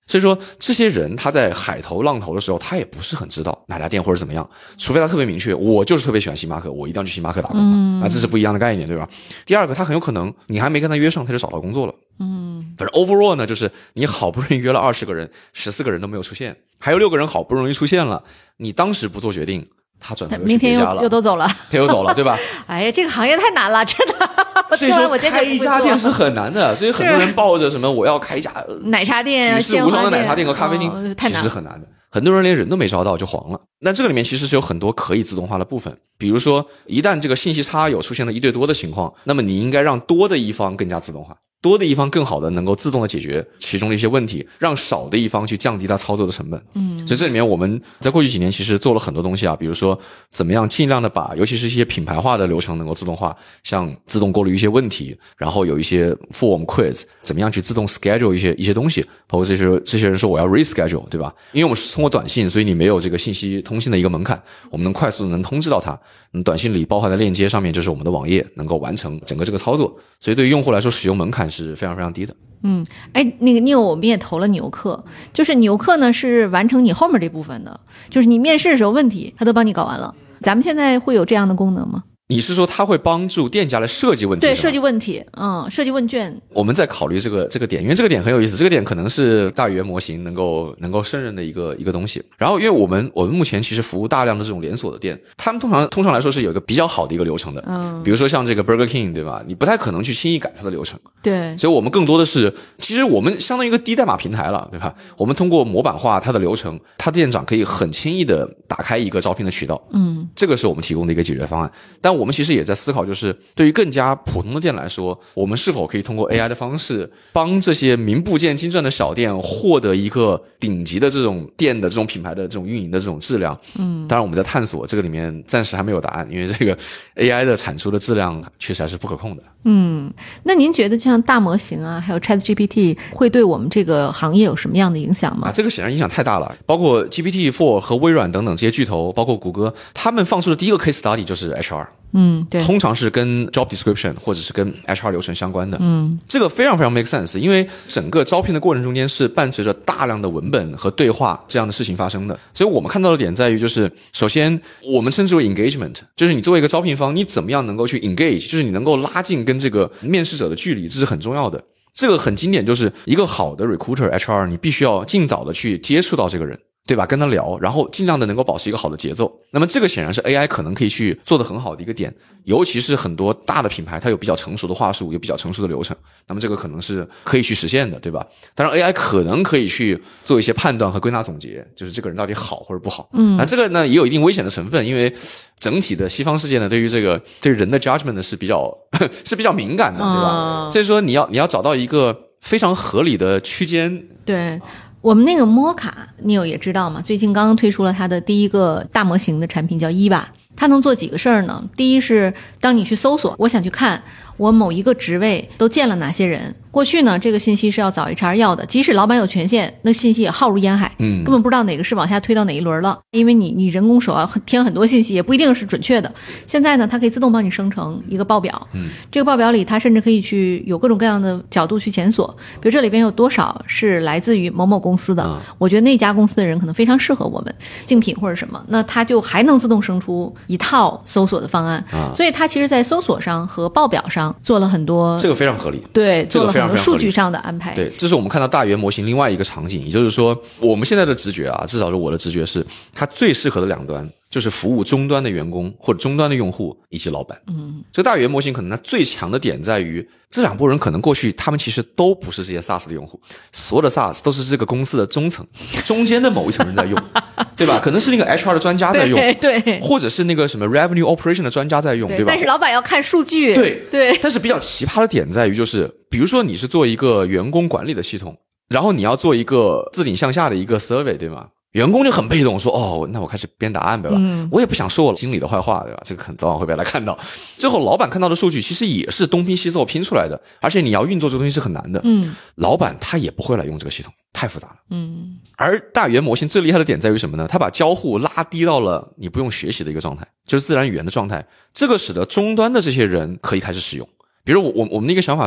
Speaker 1: 所以说这些人他在海投浪投的时候，他也不是很知道哪家店或者怎么样，除非他特别明确，我就是特别喜欢星巴克，我一定要去星巴克打工，嗯，啊，这是不一样的概念，对吧？第二个，他很有可能你还没跟他约上，他就找到工作了，嗯，反正 overall 呢，就是你好不容易约了二十个人，十四个人都没有出现，还有六个人好不容易出现了，你当时不做决定，他转头又去别家了，
Speaker 2: 明天又又都走了，
Speaker 1: 他又走了，对吧？
Speaker 2: 哎呀，这个行业太难了，真的。
Speaker 1: 所以说开一家店是很难的，所以很多人抱着什么我要开一家
Speaker 2: 奶茶店、
Speaker 1: 举世无双的奶茶店和咖啡厅，
Speaker 2: 哦、
Speaker 1: 其实是很难的。很多人连人都没招到就黄了。那这个里面其实是有很多可以自动化的部分，比如说一旦这个信息差有出现了一对多的情况，那么你应该让多的一方更加自动化，多的一方更好的能够自动的解决其中的一些问题，让少的一方去降低它操作的成本。嗯，所以这里面我们在过去几年其实做了很多东西啊，比如说怎么样尽量的把尤其是一些品牌化的流程能够自动化，像自动过滤一些问题，然后有一些 form quiz， 怎么样去自动 schedule 一些一些东西，包括这些这些人说我要 reschedule， 对吧？因为我们是通过短信，所以你没有这个信息通信的一个门槛，我们能快速的能通知到它。嗯，短信里包含的链接上面就是我们的网页，能够完成整个这个操作，所以对于用户来说使用门槛是非常非常低的。
Speaker 2: 嗯，哎，那个 Neil 我们也投了牛客，就是牛客呢是完成你后面这部分的，就是你面试的时候问题他都帮你搞完了。咱们现在会有这样的功能吗？
Speaker 1: 你是说他会帮助店家来设计问题？
Speaker 2: 对，设计问题，嗯，设计问卷。
Speaker 1: 我们在考虑这个这个点，因为这个点很有意思，这个点可能是大语言模型能够能够胜任的一个一个东西。然后，因为我们我们目前其实服务大量的这种连锁的店，他们通常通常来说是有一个比较好的一个流程的，嗯，比如说像这个 Burger King， 对吧？你不太可能去轻易改它的流程，
Speaker 2: 对。
Speaker 1: 所以我们更多的是，其实我们相当于一个低代码平台了，对吧？我们通过模板化它的流程，他店长可以很轻易的打开一个招聘的渠道，嗯，这个是我们提供的一个解决方案。但我们其实也在思考。就是对于更加普通的店来说，我们是否可以通过 A I 的方式帮这些名不见经传的小店获得一个顶级的这种店的这种品牌的这种运营的这种质量。嗯，当然我们在探索，这个里面暂时还没有答案，因为这个 A I 的产出的质量确实还是不可控的。
Speaker 2: 嗯，那您觉得像大模型啊还有 ChatGPT 会对我们这个行业有什么样的影响吗？
Speaker 1: 啊，这个显然影响太大了，包括 G P T 四 和微软等等这些巨头，包括谷歌，他们放出的第一个 case study 就是 H R。
Speaker 2: 嗯，对，
Speaker 1: 通常是跟 job description 或者是跟 H R 流程相关的。
Speaker 2: 嗯，
Speaker 1: 这个非常非常 make sense， 因为整个招聘的过程中间是伴随着大量的文本和对话这样的事情发生的。所以我们看到的点在于，就是首先我们称之为 engagement， 就是你作为一个招聘方，你怎么样能够去 engage， 就是你能够拉近跟这个面试者的距离，这是很重要的。这个很经典，就是一个好的 recruiter H R， 你必须要尽早的去接触到这个人，对吧？跟他聊，然后尽量的能够保持一个好的节奏。那么这个显然是 A I 可能可以去做得很好的一个点，尤其是很多大的品牌，它有比较成熟的话术，有比较成熟的流程，那么这个可能是可以去实现的，对吧？当然 A I 可能可以去做一些判断和归纳总结，就是这个人到底好或者不好。嗯，那这个呢也有一定危险的成分，因为整体的西方世界呢，对于这个对人的 judgment 呢是比较是比较敏感的，对吧？嗯，所以说你要你要找到一个非常合理的区间。
Speaker 2: 对。我们那个摩卡 Neil 也知道嘛，最近刚刚推出了它的第一个大模型的产品叫伊娃，它能做几个事儿呢？第一是当你去搜索，我想去看我某一个职位都见了哪些人，过去呢这个信息是要找 H R 要的，即使老板有权限，那信息也浩如烟海，嗯，根本不知道哪个是往下推到哪一轮了，因为你你人工手要填很多信息，也不一定是准确的。现在呢它可以自动帮你生成一个报表，嗯，这个报表里它甚至可以去有各种各样的角度去检索，比如这里边有多少是来自于某某公司的，嗯，我觉得那家公司的人可能非常适合我们竞品或者什么，那它就还能自动生出一套搜索的方案，啊，所以它其实在搜索上和报表上做了很多，
Speaker 1: 这个非常合理，
Speaker 2: 对，做了很多数据上的
Speaker 1: 安排。对，这是我们看到大语言模型另外一个场景，也就是说我们现在的直觉啊，至少是我的直觉是它最适合的两端就是服务终端的员工或者终端的用户以及老板。嗯，这个大语言模型可能它最强的点在于这两拨人可能过去他们其实都不是这些 SaaS 的用户，所有的 SaaS 都是这个公司的中层中间的某一层人在用对吧？可能是那个 H R 的专家在用，
Speaker 2: 对对，
Speaker 1: 或者是那个什么 Revenue Operation 的专家在用， 对, 对吧？
Speaker 2: 但是老板要看数据，
Speaker 1: 对
Speaker 2: 对。
Speaker 1: 但是比较奇葩的点在于就是比如说你是做一个员工管理的系统，然后你要做一个自顶向下的一个 survey， 对吗？员工就很被动说，哦，那我开始编答案，对吧？嗯，我也不想说我经理的坏话，对吧？这个可能早晚会被他看到。最后老板看到的数据其实也是东拼西凑拼出来的，而且你要运作这个东西是很难的。嗯，老板他也不会来用这个系统，太复杂了。嗯，而大语言模型最厉害的点在于什么呢？它把交互拉低到了你不用学习的一个状态，就是自然语言的状态。这个使得终端的这些人可以开始使用。比如我我我们的一个想法是，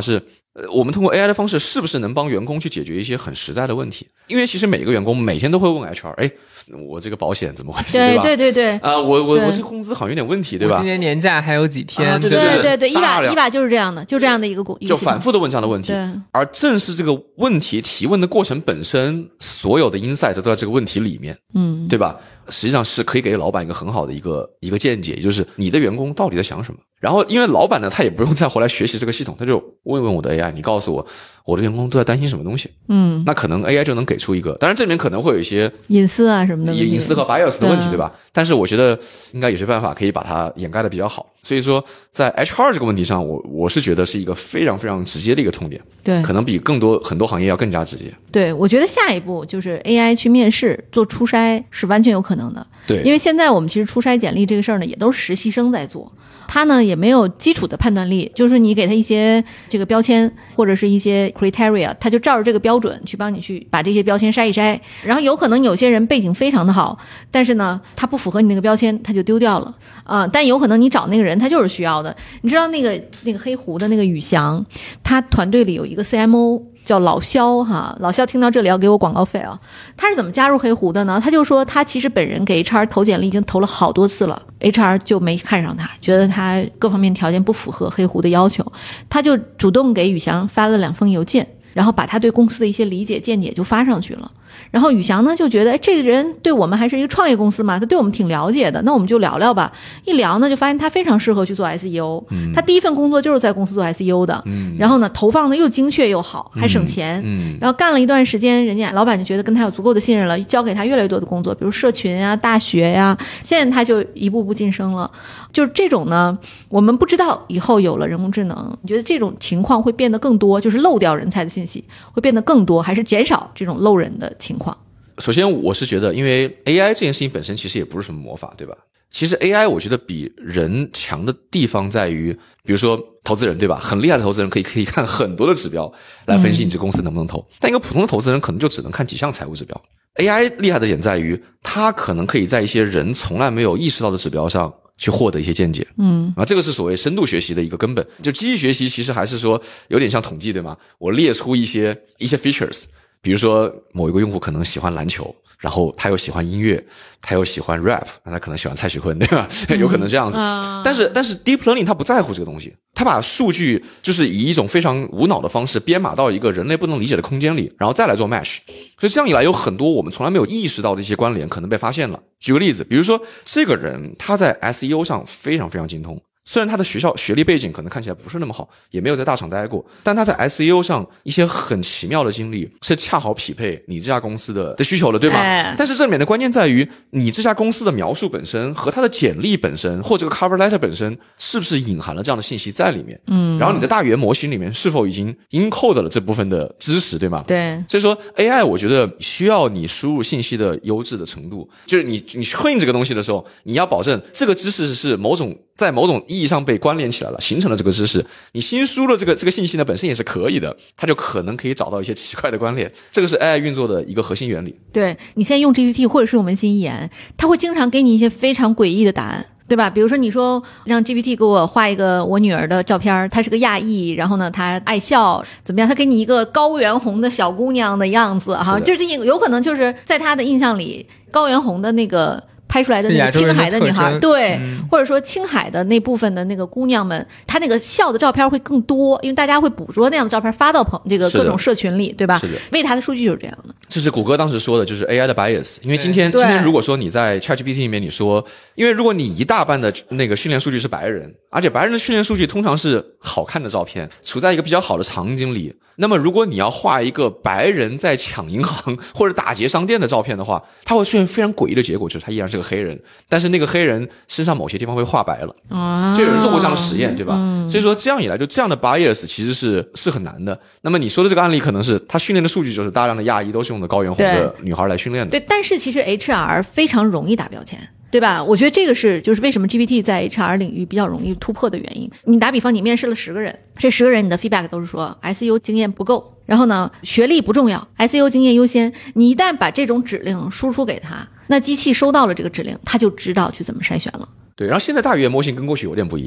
Speaker 1: 呃，我们通过 A I 的方式是不是能帮员工去解决一些很实在的问题？因为其实每个员工每天都会问 H R， 哎，我这个保险怎么回事，对吧？
Speaker 2: 对对对
Speaker 1: 啊、呃，我我我这个工资好像有点问题，对吧？
Speaker 3: 我今年年假还有几天？
Speaker 1: 啊、对
Speaker 2: 对
Speaker 1: 对
Speaker 2: 对对，伊娃伊娃就是这样的，就这样的一个
Speaker 1: 就反复的问这样的问题。
Speaker 2: 对，
Speaker 1: 而正是这个问题提问的过程本身，所有的 insight 都在这个问题里面，
Speaker 2: 嗯，
Speaker 1: 对吧？实际上是可以给老板一个很好的一个一个见解，也就是你的员工到底在想什么。然后因为老板呢，他也不用再回来学习这个系统，他就问问我的 A I， 你告诉我我的员工都在担心什么东西。嗯，那可能 A I 就能给出一个，当然这里面可能会有一些
Speaker 2: 隐私啊什么的
Speaker 1: 隐私和 bias 的问题， 对, 对吧？但是我觉得应该有些办法可以把它掩盖的比较好。所以说在 H R 这个问题上，我我是觉得是一个非常非常直接的一个痛点，
Speaker 2: 对，
Speaker 1: 可能比更多很多行业要更加直接。
Speaker 2: 对，我觉得下一步就是 A I 去面试做初筛是完全有可能的。
Speaker 1: 对，
Speaker 2: 因为现在我们其实初筛简历这个事儿呢，也都是实习生在做。他呢也没有基础的判断力，就是你给他一些这个标签或者是一些 criteria， 他就照着这个标准去帮你去把这些标签筛一筛，然后有可能有些人背景非常的好，但是呢他不符合你那个标签，他就丢掉了啊、呃。但有可能你找那个人他就是需要的。你知道那个那个黑狐的那个宇翔，他团队里有一个 C M O。叫老肖哈，老肖听到这里要给我广告费啊。他是怎么加入黑狐的呢？他就说他其实本人给 H R 投简历已经投了好多次了 ，H R 就没看上他，觉得他各方面条件不符合黑狐的要求，他就主动给宇翔发了两封邮件，然后把他对公司的一些理解见解就发上去了。然后宇翔呢就觉得，哎，这个人对我们还是一个创业公司嘛，他对我们挺了解的，那我们就聊聊吧。一聊呢，就发现他非常适合去做 S E O，、嗯、他第一份工作就是在公司做 S E O 的，嗯、然后呢，投放的又精确又好，还省钱。嗯嗯、然后干了一段时间，人家老板就觉得跟他有足够的信任了，交给他越来越多的工作，比如社群啊、大学呀、啊，现在他就一步步晋升了。就是这种呢，我们不知道以后有了人工智能，你觉得这种情况会变得更多，就是漏掉人才的信息会变得更多，还是减少这种漏人的情况？
Speaker 1: 首先我是觉得，因为 A I 这件事情本身其实也不是什么魔法，对吧？其实 A I 我觉得比人强的地方在于，比如说投资人，对吧？很厉害的投资人可以可以看很多的指标来分析你这公司能不能投，嗯、但一个普通的投资人可能就只能看几项财务指标。A I 厉害的点在于，它可能可以在一些人从来没有意识到的指标上去获得一些见解。嗯，啊，这个是所谓深度学习的一个根本。就机器学习其实还是说有点像统计，对吗？我列出一些一些 features。比如说某一个用户可能喜欢篮球，然后他又喜欢音乐，他又喜欢 rap， 那他可能喜欢蔡徐坤，对吧？有可能这样子。嗯、但是但是 deep learning 他不在乎这个东西，他把数据就是以一种非常无脑的方式编码到一个人类不能理解的空间里，然后再来做 match。所以这样一来，有很多我们从来没有意识到的一些关联可能被发现了。举个例子，比如说这个人他在 S E O 上非常非常精通。虽然他的学校学历背景可能看起来不是那么好，也没有在大厂待过，但他在 S E O 上一些很奇妙的经历是恰好匹配你这家公司的的需求的，对吗？哎、但是这里面的关键在于你这家公司的描述本身和他的简历本身或这个 cover letter 本身是不是隐含了这样的信息在里面。嗯，然后你的大语言模型里面是否已经 encode 了这部分的知识，对吗？
Speaker 2: 对。
Speaker 1: 所以说 A I 我觉得需要你输入信息的优质的程度，就是你你 train 这个东西的时候，你要保证这个知识是某种在某种意义上被关联起来了，形成了这个知识。你新输入的这个这个信息呢，本身也是可以的，它就可能可以找到一些奇怪的关联。这个是 A I 运作的一个核心原理。
Speaker 2: 对，你现在用 G P T 或者是我们新一言，它会经常给你一些非常诡异的答案。对吧？比如说你说让 G P T 给我画一个我女儿的照片，她是个亚裔，然后呢她爱笑，怎么样？她给你一个高原红的小姑娘的样子哈，就是有可能就是在她的印象里，高原红的那个拍出来的那个青海的女孩，对、嗯，或者说青海的那部分的那个姑娘们，她那个笑的照片会更多，因为大家会捕捉那样的照片发到朋这个各种社群里，对吧？
Speaker 1: 是的，
Speaker 2: 喂它的数据就是这样的。
Speaker 1: 这是谷歌当时说的，就是 A I 的 bias。因为今天今天如果说你在 ChatGPT 里面你说，因为如果你一大半的那个训练数据是白人，而且白人的训练数据通常是好看的照片，处在一个比较好的场景里，那么如果你要画一个白人在抢银行或者打劫商店的照片的话，它会出现非常诡异的结果，就是他依然是个黑人，但是那个黑人身上某些地方会画白了。啊，就有人做过这样的实验，对吧？嗯、所以说这样一来，就这样的 bias 其实是是很难的。那么你说的这个案例可能是他训练的数据就是大量的亚裔都是用的高原红的女孩来训练的。
Speaker 2: 对，但是其实 H R 非常容易打标签。对吧？我觉得这个是就是为什么 G P T 在 H R 领域比较容易突破的原因。你打比方，你面试了十个人，这十个人你的 feedback 都是说 S E O 经验不够，然后呢学历不重要， S E O 经验优先。你一旦把这种指令输出给他，那机器收到了这个指令，他就知道去怎么筛选了。
Speaker 1: 对，然后现在大语言模型跟过去有点不一样。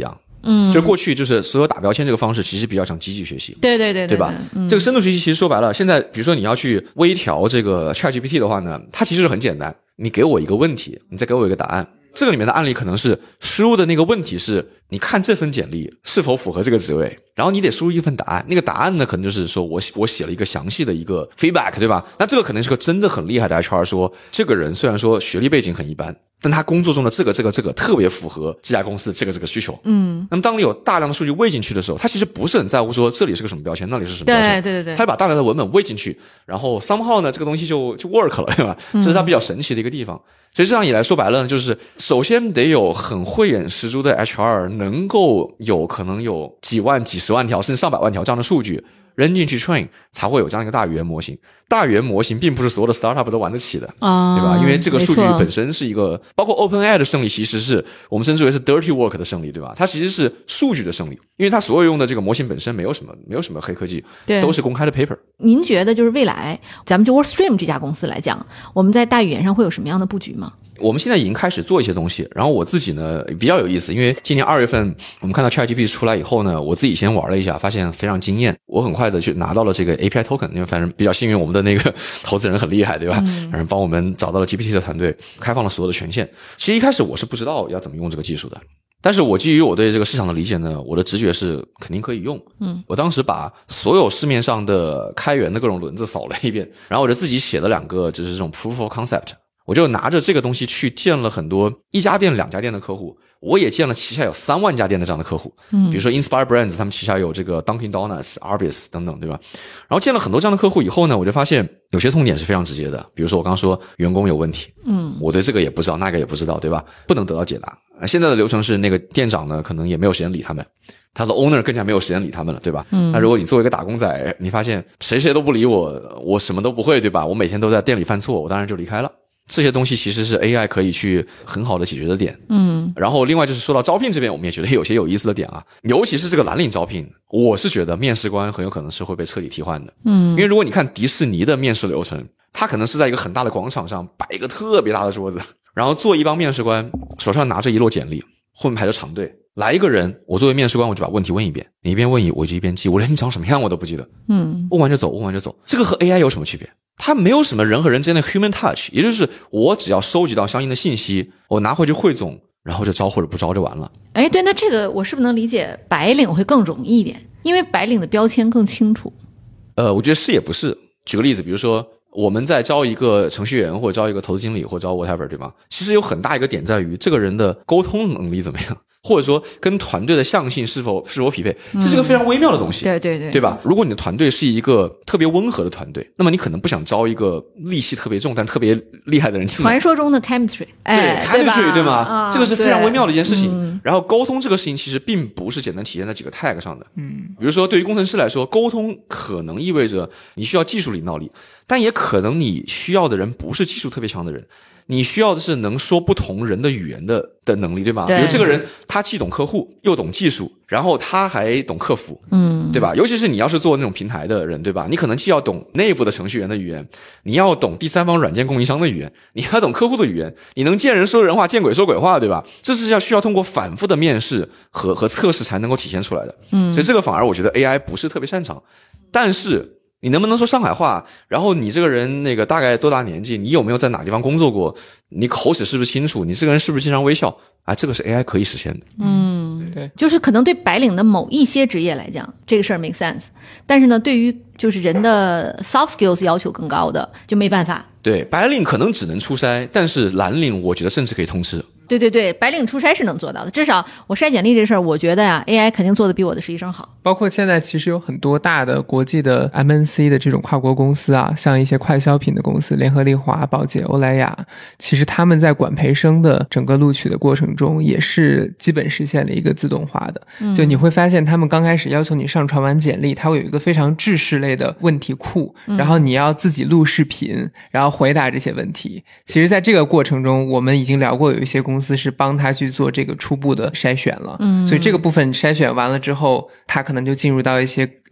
Speaker 2: 嗯，
Speaker 1: 就过去就是所有打标签这个方式其实比较像机器学习，
Speaker 2: 对对对 对,
Speaker 1: 对吧？
Speaker 2: 嗯、
Speaker 1: 这个深度学习其实说白了，现在比如说你要去微调这个 ChatGPT 的话呢，它其实是很简单，你给我一个问题，你再给我一个答案。这个里面的案例可能是输入的那个问题是你看这份简历是否符合这个职位，然后你得输入一份答案，那个答案呢可能就是说我我写了一个详细的一个 feedback， 对吧？那这个可能是个真的很厉害的 H R 说这个人虽然说学历背景很一般，但他工作中的这个这个这个特别符合这家公司这个这个需求。
Speaker 2: 嗯，
Speaker 1: 那么当你有大量的数据喂进去的时候，他其实不是很在乎说这里是个什么标签，那里是什么标签。
Speaker 2: 对对对对，
Speaker 1: 他把大量的文本喂进去，然后 somehow 呢这个东西就就 work 了，对吧？这是他比较神奇的一个地方。嗯、所以这样一来说白了呢，就是首先得有很慧眼识珠的 H R， 能够有可能有几万、几十万条甚至上百万条这样的数据扔进去 train， 才会有这样一个大语言模型。大语言模型并不是所有的 startup 都玩得起的，
Speaker 2: 啊，
Speaker 1: 对吧？因为这个数据本身是一个，包括 OpenAI 的胜利，其实是我们称之为是 dirty work 的胜利，对吧？它其实是数据的胜利，因为它所有用的这个模型本身没有什么没有什么黑科技，
Speaker 2: 对，
Speaker 1: 都是公开的 paper。
Speaker 2: 您觉得就是未来，咱们就 Workstream 这家公司来讲，我们在大语言上会有什么样的布局吗？
Speaker 1: 我们现在已经开始做一些东西，然后我自己呢比较有意思，因为今年二月份我们看到 ChatGPT 出来以后呢，我自己先玩了一下，发现非常惊艳，我很快的去拿到了这个 A P I token， 因为反正比较幸运，我们的那个投资人很厉害，对吧？嗯，然后帮我们找到了 G P T 的团队，开放了所有的权限。其实一开始我是不知道要怎么用这个技术的，但是我基于我对这个市场的理解呢，我的直觉是肯定可以用。嗯，我当时把所有市面上的开源的各种轮子扫了一遍，然后我就自己写了两个就是这种 proof of concept。我就拿着这个东西去见了很多一家店两家店的客户，我也见了旗下有三万家店的这样的客户，嗯，比如说 Inspire Brands 他们旗下有这个 Dunkin' Donuts、Arby's 等等，对吧？然后见了很多这样的客户以后呢，我就发现有些痛点是非常直接的，比如说我刚刚说员工有问题，嗯，我对这个也不知道，那个也不知道，对吧？不能得到解答。现在的流程是那个店长呢可能也没有时间理他们，他的 owner 更加没有时间理他们了，对吧？嗯，那如果你作为一个打工仔，你发现谁谁都不理我，我什么都不会，对吧？我每天都在店里犯错，我当然就离开了。这些东西其实是 A I 可以去很好的解决的点。嗯，然后另外就是说到招聘这边，我们也觉得有些有意思的点啊，尤其是这个蓝领招聘，我是觉得面试官很有可能是会被彻底替换的。嗯，因为如果你看迪士尼的面试流程，他可能是在一个很大的广场上摆一个特别大的桌子，然后做一帮面试官手上拿着一摞简历，后面排着长队，来一个人，我作为面试官我就把问题问一遍，你一边问我就一边记，我连你长什么样我都不记得。嗯，问完就走，问完就走。这个和 A I 有什么区别？它没有什么人和人之间的 human touch， 也就是我只要收集到相应的信息，我拿回去汇总，然后就招或者不招就完了。
Speaker 2: 哎，对，那这个我是不是能理解白领会更容易一点，因为白领的标签更清楚？
Speaker 1: 呃，我觉得是也不是。举个例子，比如说我们在招一个程序员或者招一个投资经理或者招 whatever， 对吗？其实有很大一个点在于这个人的沟通能力怎么样，或者说跟团队的向性是否是否匹配，这是个非常微妙的东西。
Speaker 2: 嗯、对对对，
Speaker 1: 对吧？如果你的团队是一个特别温和的团队，那么你可能不想招一个戾气特别重但特别厉害的人进来。
Speaker 2: 传说中的 chemistry， 哎，
Speaker 1: 对 chemistry 对吗、
Speaker 2: 啊？
Speaker 1: 这个是非常微妙的一件事情、嗯。然后沟通这个事情其实并不是简单体现在几个 tag 上的。嗯，比如说对于工程师来说，沟通可能意味着你需要技术领导力，但也可能你需要的人不是技术特别强的人。你需要的是能说不同人的语言的的能力，对吗？
Speaker 2: 对，
Speaker 1: 比如这个人他既懂客户又懂技术，然后他还懂客服，嗯，对吧？尤其是你要是做那种平台的人，对吧？你可能既要懂内部的程序员的语言，你要懂第三方软件供应商的语言，你还要懂客户的语言，你能见人说人话，见鬼说鬼话，对吧？这是要需要通过反复的面试和和测试才能够体现出来的。嗯，所以这个反而我觉得 A I 不是特别擅长，但是你能不能说上海话？然后你这个人那个大概多大年纪？你有没有在哪地方工作过？你口齿是不是清楚？你这个人是不是经常微笑？啊，这个是 A I 可以实现的。
Speaker 2: 嗯，对，就是可能对白领的某一些职业来讲，这个事儿 make sense。但是呢，对于就是人的 soft skills 要求更高的，就没办法。
Speaker 1: 对，白领可能只能出差，但是蓝领我觉得甚至可以通吃。
Speaker 2: 对对对，白领出差是能做到的，至少我筛简历这事儿，我觉得呀 ，A I 肯定做的比我的实习生好。
Speaker 3: 包括现在其实有很多大的国际的 M N C 的这种跨国公司啊，像一些快消品的公司，联合利华、宝洁、欧莱雅，其实他们在管培生的整个录取的过程中，也是基本实现了一个自动化的。嗯、就你会发现，他们刚开始要求你上传完简历，它会有一个非常制式类的问题库，然后你要自己录视频，然后回答这些问题。其实在这个过程中，我们已经聊过，有一些公司是帮他去做这个初步的筛选了。嗯，所以这个部分筛选完了之后，他可能就进入到一些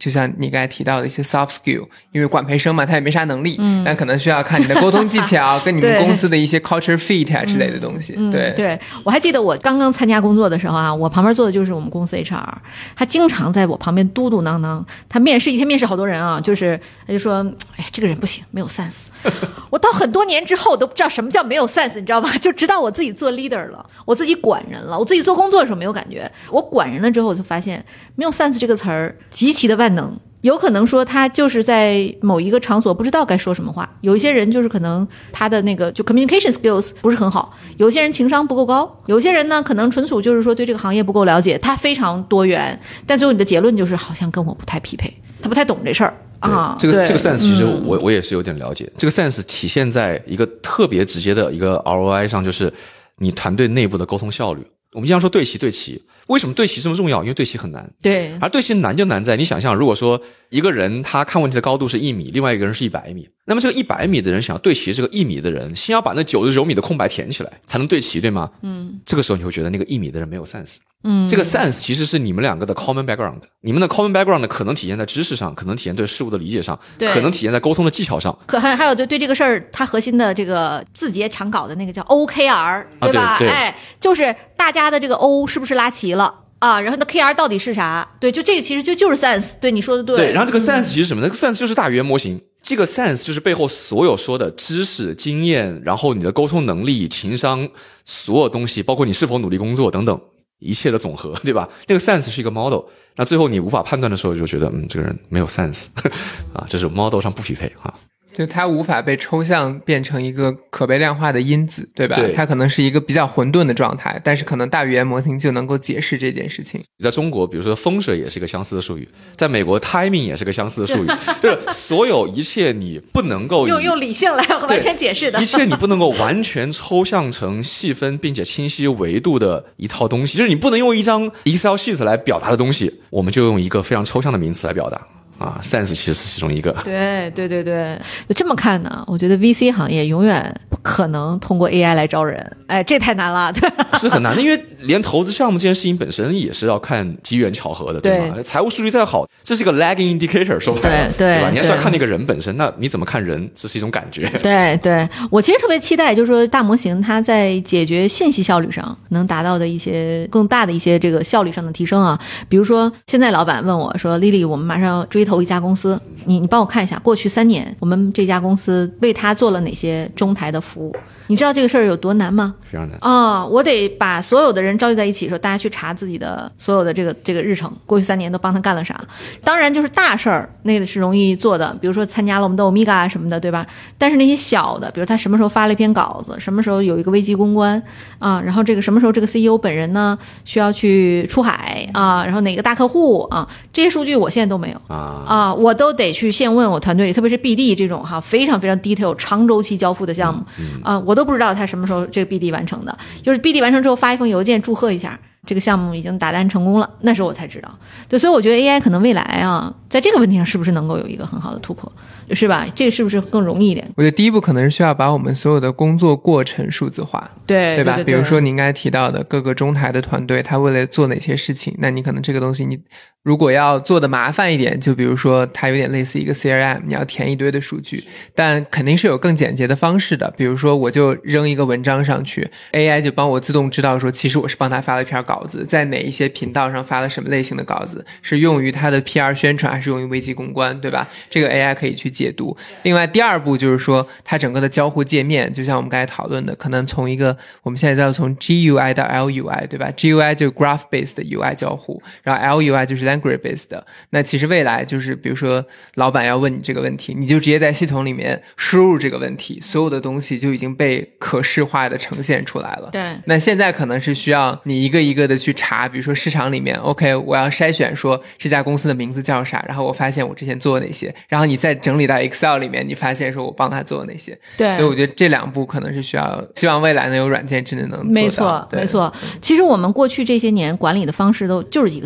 Speaker 3: 就像你刚才提到的一些 soft skill， 因为管培生嘛，他也没啥能力，嗯，但可能需要看你的沟通技巧跟你们公司的一些 culture fit 啊之类的东西。
Speaker 2: 嗯、
Speaker 3: 对
Speaker 2: 对，我还记得我刚刚参加工作的时候啊，我旁边坐的就是我们公司 H R， 他经常在我旁边嘟嘟囔囔。他面试一天面试好多人啊，就是他就说，哎，这个人不行，没有 sense。我到很多年之后都不知道什么叫没有 sense， 你知道吗？就直到我自己做 leader 了，我自己管人了，我自己做工作的时候没有感觉，我管人了之后，我就发现没有 sense 这个词儿极其的万能。有可能说他就是在某一个场所不知道该说什么话，有一些人就是可能他的那个就 communication skills 不是很好，有些人情商不够高，有些人呢可能纯属就是说对这个行业不够了解，他非常多元，但最后你的结论就是好像跟我不太匹配，他不太懂这事儿啊。
Speaker 1: 这个这个 sense 其实我、嗯、我也是有点了解，这个 sense 体现在一个特别直接的一个 R O I 上，就是你团队内部的沟通效率。我们经常说对齐对齐，为什么对齐这么重要？因为对齐很难。
Speaker 2: 对，
Speaker 1: 而对齐难就难在你想象，如果说一个人他看问题的高度是一米，另外一个人是一百米，那么这个一百米的人想要对齐这个一米的人，先要把那九十九米的空白填起来，才能对齐，对吗？嗯，这个时候你会觉得那个一米的人没有 sense。嗯，这个 sense 其实是你们两个的 common background， 你们的 common background 可能体现在知识上，可能体现对事物的理解上，可能体现在沟通的技巧上，
Speaker 2: 可还还有就对这个事儿，它核心的这个字节常搞的那个叫 O K R， 对吧？
Speaker 1: 啊、对对
Speaker 2: 哎，就是大家的这个 O 是不是拉齐了？啊，然后那 K R 到底是啥？对，就这个其实就就是 sense， 对你说的对。
Speaker 1: 对，然后这个 sense 其实什么呢？这个 sense 就是大语言模型。这个 sense 就是背后所有说的知识、经验，然后你的沟通能力、情商，所有东西，包括你是否努力工作等等，一切的总和，对吧？那个 sense 是一个 model， 那最后你无法判断的时候，就觉得嗯，这个人没有 sense， 啊，这是 model 上不匹配啊。
Speaker 3: 就它无法被抽象变成一个可被量化的因子，对吧？
Speaker 1: 对，
Speaker 3: 它可能是一个比较混沌的状态，但是可能大语言模型就能够解释这件事情。
Speaker 1: 在中国，比如说风水也是一个相似的术语，在美国 timing 也是个相似的术语，就是所有一切你不能够
Speaker 2: 用用理性来完全解释的，
Speaker 1: 一切你不能够完全抽象成细分并且清晰维度的一套东西，就是你不能用一张 Excel sheet 来表达的东西，我们就用一个非常抽象的名词来表达。啊 ，sense 其实是其中一个。
Speaker 2: 对对对对，就这么看呢，我觉得 V C 行业永远不可能通过 A I 来招人，哎，这太难了，对，
Speaker 1: 是很难的，因为连投资项目这件事情本身也是要看机缘巧合的，对吗？对，财务数据再好，这是一个 lagging indicator， 说白了，
Speaker 2: 对 对,
Speaker 1: 对吧？你还是要看那个人本身，那你怎么看人？这是一种感觉。
Speaker 2: 对对，我其实特别期待，就是说大模型它在解决信息效率上能达到的一些更大的一些这个效率上的提升啊，比如说现在老板问我说 ，Lily， 我们马上要追投一家公司。你你帮我看一下，过去三年我们这家公司为他做了哪些中台的服务？你知道这个事儿有多难吗？
Speaker 1: 非常难
Speaker 2: 啊、哦！我得把所有的人召集在一起的时候，大家去查自己的所有的这个这个日程，过去三年都帮他干了啥。当然就是大事儿那个是容易做的，比如说参加了我们的 Omega 什么的，对吧？但是那些小的，比如他什么时候发了一篇稿子，什么时候有一个危机公关啊，然后这个什么时候这个 C E O 本人呢需要去出海啊，然后哪个大客户啊，这些数据我现在都没有啊啊，我都得去现问我团队里，特别是 B D 这种哈非常非常 detail 长周期交付的项目、嗯嗯、啊，我都不知道他什么时候这个 B D 完成的，就是 B D 完成之后发一封邮件祝贺一下这个项目已经打单成功了，那时候我才知道。对，所以我觉得 A I 可能未来啊，在这个问题上是不是能够有一个很好的突破，是吧？这个是不是更容易一点？
Speaker 3: 我觉得第一步可能是需要把我们所有的工作过程数字化，
Speaker 2: 对
Speaker 3: 对吧？
Speaker 2: 对对对，
Speaker 3: 比如说你应该提到的各个中台的团队，他为了做哪些事情，那你可能这个东西你如果要做的麻烦一点，就比如说它有点类似一个 C R M， 你要填一堆的数据，但肯定是有更简洁的方式的。比如说我就扔一个文章上去， A I 就帮我自动知道说，其实我是帮他发了一篇稿子，在哪一些频道上发了什么类型的稿子，是用于他的 P R 宣传还是用于危机公关，对吧？这个 A I 可以去解读。另外第二步就是说它整个的交互界面，就像我们刚才讨论的，可能从一个我们现在叫从 G U I 到 L U I， 对吧？ G U I 就是 graph based 的 U I 交互，然后 L U I 就是 language based 的。那其实未来就是比如说老板要问你这个问题，你就直接在系统里面输入这个问题，所有的东西就已经被可视化的呈现出来了。
Speaker 2: 对，
Speaker 3: 那现在可能是需要你一个一个的去查，比如说市场里面 OK 我要筛选说这家公司的名字叫啥，然后我发现我之前做了哪些，然后你再整理到 Excel 里面，你发现说我帮他做了哪些。
Speaker 2: 对，
Speaker 3: 所以我觉得这两步可能是需要，希望未来能有软件智能能做到。
Speaker 2: 没错没错。其实我们过去这些年管理的方式都就是 Excel，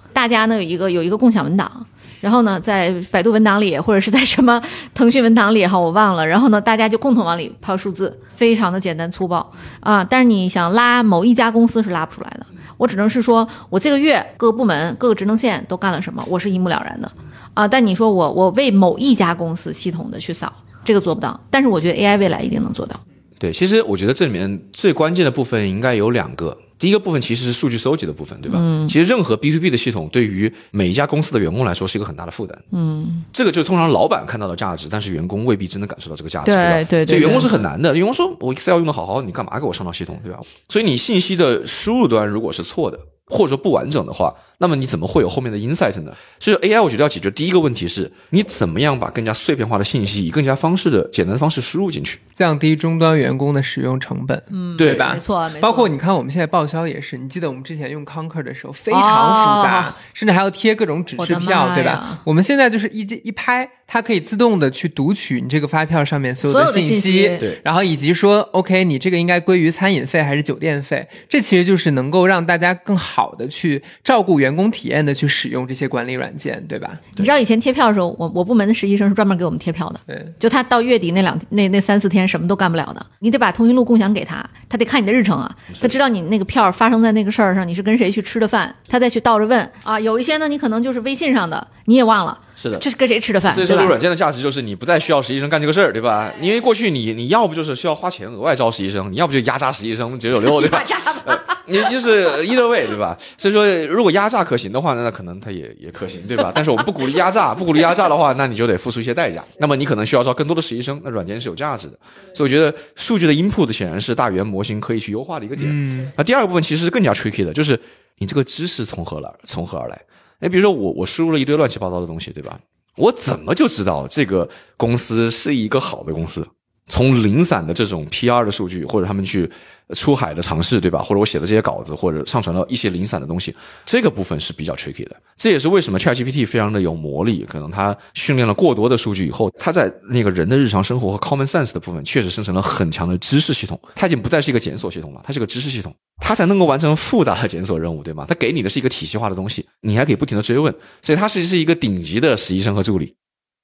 Speaker 2: 大家呢有一个有一个共享文档，然后呢在百度文档里或者是在什么腾讯文档里哈，我忘了，然后呢大家就共同往里抛数字，非常的简单粗暴啊。但是你想拉某一家公司是拉不出来的，我只能是说我这个月各个部门各个职能线都干了什么，我是一目了然的啊。但你说我我为某一家公司系统的去扫，这个做不到，但是我觉得 A I 未来一定能做到。
Speaker 1: 对，其实我觉得这里面最关键的部分应该有两个。第一个部分其实是数据收集的部分，对吧？嗯，其实任何 B to B 的系统对于每一家公司的员工来说是一个很大的负担。嗯，这个就通常老板看到的价值，但是员工未必真的感受到这个价值，
Speaker 2: 对
Speaker 1: 吧？
Speaker 2: 对对对，
Speaker 1: 所以员工是很难的。员工说我 Excel 用的好好，你干嘛给我上到系统，对吧？所以你信息的输入端如果是错的，或者说不完整的话，那么你怎么会有后面的 insight 呢？所以 A I 我觉得要解决第一个问题是，你怎么样把更加碎片化的信息以更加方式的简单的方式输入进去，
Speaker 3: 降低终端员工的使用成本。
Speaker 2: 嗯，
Speaker 3: 对吧？
Speaker 2: 没错，没错。
Speaker 3: 包括你看我们现在报销也是，你记得我们之前用 Concur 的时候非常复杂，哦、甚至还要贴各种指示票，对吧？我们现在就是一一拍，它可以自动的去读取你这个发票上面所有的信息，
Speaker 2: 信息
Speaker 3: 对，然后以及说 OK 你这个应该归于餐饮费还是酒店费，这其实就是能够让大家更好的去照顾员工体验的去使用这些管理软件，对吧？
Speaker 2: 你知道以前贴票的时候，我我部门的实习生是专门给我们贴票的，
Speaker 3: 对，
Speaker 2: 就他到月底那两那那三四天什么都干不了的，你得把通讯录共享给他，他得看你的日程啊，他知道你那个票发生在那个事儿上，你是跟谁去吃的饭，他再去倒着问啊。有一些呢，你可能就是微信上的，你也忘了。是的，这是跟谁吃的饭？
Speaker 1: 所以说，这个软件的价值就是你不再需要实习生干这个事儿，对吧？因为过去你你要不就是需要花钱额外招实习生，你要不就压榨实习生九九六，对吧？呃、你就是either way，对吧？所以说，如果压榨可行的话，那可能它也也可行，对吧？但是我们不鼓励压榨，不鼓励压榨的话，那你就得付出一些代价。那么你可能需要招更多的实习生，那软件是有价值的。所以我觉得数据的 input 显然是大语言模型可以去优化的一个点。嗯，那第二个部分其实是更加 tricky 的，就是你这个知识从何来，从何而来？哎，比如说我我输入了一堆乱七八糟的东西，对吧？我怎么就知道这个公司是一个好的公司？从零散的这种 P R 的数据，或者他们去出海的尝试，对吧？或者我写的这些稿子，或者上传到一些零散的东西，这个部分是比较 tricky 的。这也是为什么 ChatGPT 非常的有魔力，可能它训练了过多的数据以后，它在那个人的日常生活和 common sense 的部分确实生成了很强的知识系统。它已经不再是一个检索系统了，它是个知识系统，它才能够完成复杂的检索任务，对吗？它给你的是一个体系化的东西，你还可以不停的追问，所以它是是一个顶级的实习生和助理。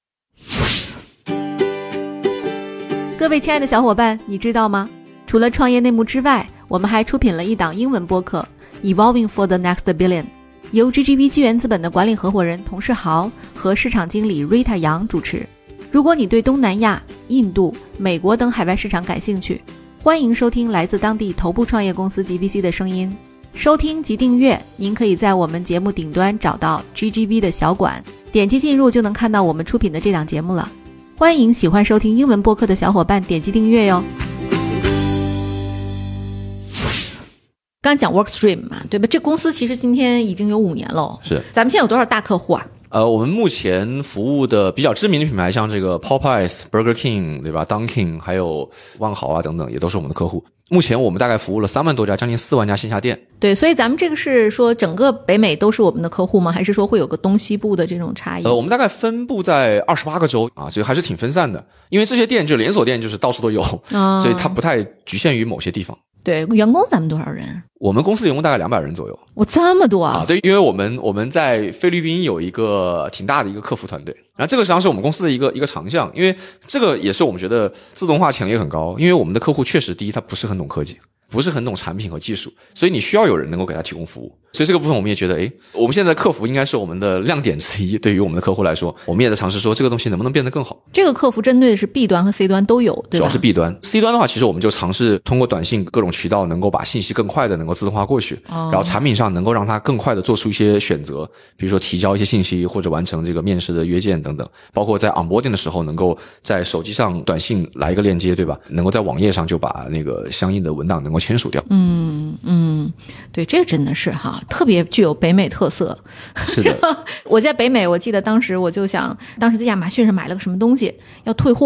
Speaker 2: 各位亲爱的小伙伴，你知道吗？除了创业内幕之外，我们还出品了一档英文播客 Evolving for the Next Billion， 由 G G B 纪元资本的管理合伙人童世豪和市场经理 Rita 杨主持。如果你对东南亚、印度、美国等海外市场感兴趣，欢迎收听来自当地头部创业公司 G B C 的声音。收听及订阅，您可以在我们节目顶端找到 G G B 的小馆，点击进入就能看到我们出品的这档节目了。欢迎喜欢收听英文播客的小伙伴点击订阅哟。刚讲 Workstream 嘛，对吧？这公司其实今天已经有五年了。
Speaker 1: 是。
Speaker 2: 咱们现在有多少大客户啊？
Speaker 1: 呃，我们目前服务的比较知名的品牌，像这个 Popeyes、Burger King， 对吧 ？Dunkin， 还有万豪啊等等，也都是我们的客户。目前我们大概服务了三万多家，将近四万家线下店。
Speaker 2: 对，所以咱们这个是说整个北美都是我们的客户吗？还是说会有个东西部的这种差异？
Speaker 1: 呃，我们大概分布在二十八个州啊，所以还是挺分散的。因为这些店就连锁店，就是到处都有，哦、所以它不太局限于某些地方。
Speaker 2: 对，员工咱们多少人？
Speaker 1: 我们公司的员工大概两百人左右。
Speaker 2: 哇，这么多啊！
Speaker 1: 啊，对，因为我们我们在菲律宾有一个挺大的一个客服团队，然后这个实际上是我们公司的一个一个长项，因为这个也是我们觉得自动化潜力很高，因为我们的客户确实第一他不是很懂科技，不是很懂产品和技术，所以你需要有人能够给他提供服务。所以这个部分我们也觉得，诶，我们现在的客服应该是我们的亮点之一。对于我们的客户来说，我们也在尝试说这个东西能不能变得更好。
Speaker 2: 这个客服针对的是 B 端和 C 端都有，对吧？
Speaker 1: 主要是 B 端 ，C 端的话，其实我们就尝试通过短信各种渠道，能够把信息更快的能够自动化过去，哦、然后产品上能够让它更快的做出一些选择，比如说提交一些信息或者完成这个面试的约见等等，包括在 onboarding 的时候，能够在手机上短信来一个链接，对吧？能够在网页上就把那个相应的文档能够签署掉。
Speaker 2: 嗯嗯，对，这个真的是哈，特别具有北美特色。
Speaker 1: 是的，
Speaker 2: 我在北美，我记得当时我就想，当时在亚马逊上买了个什么东西要退货，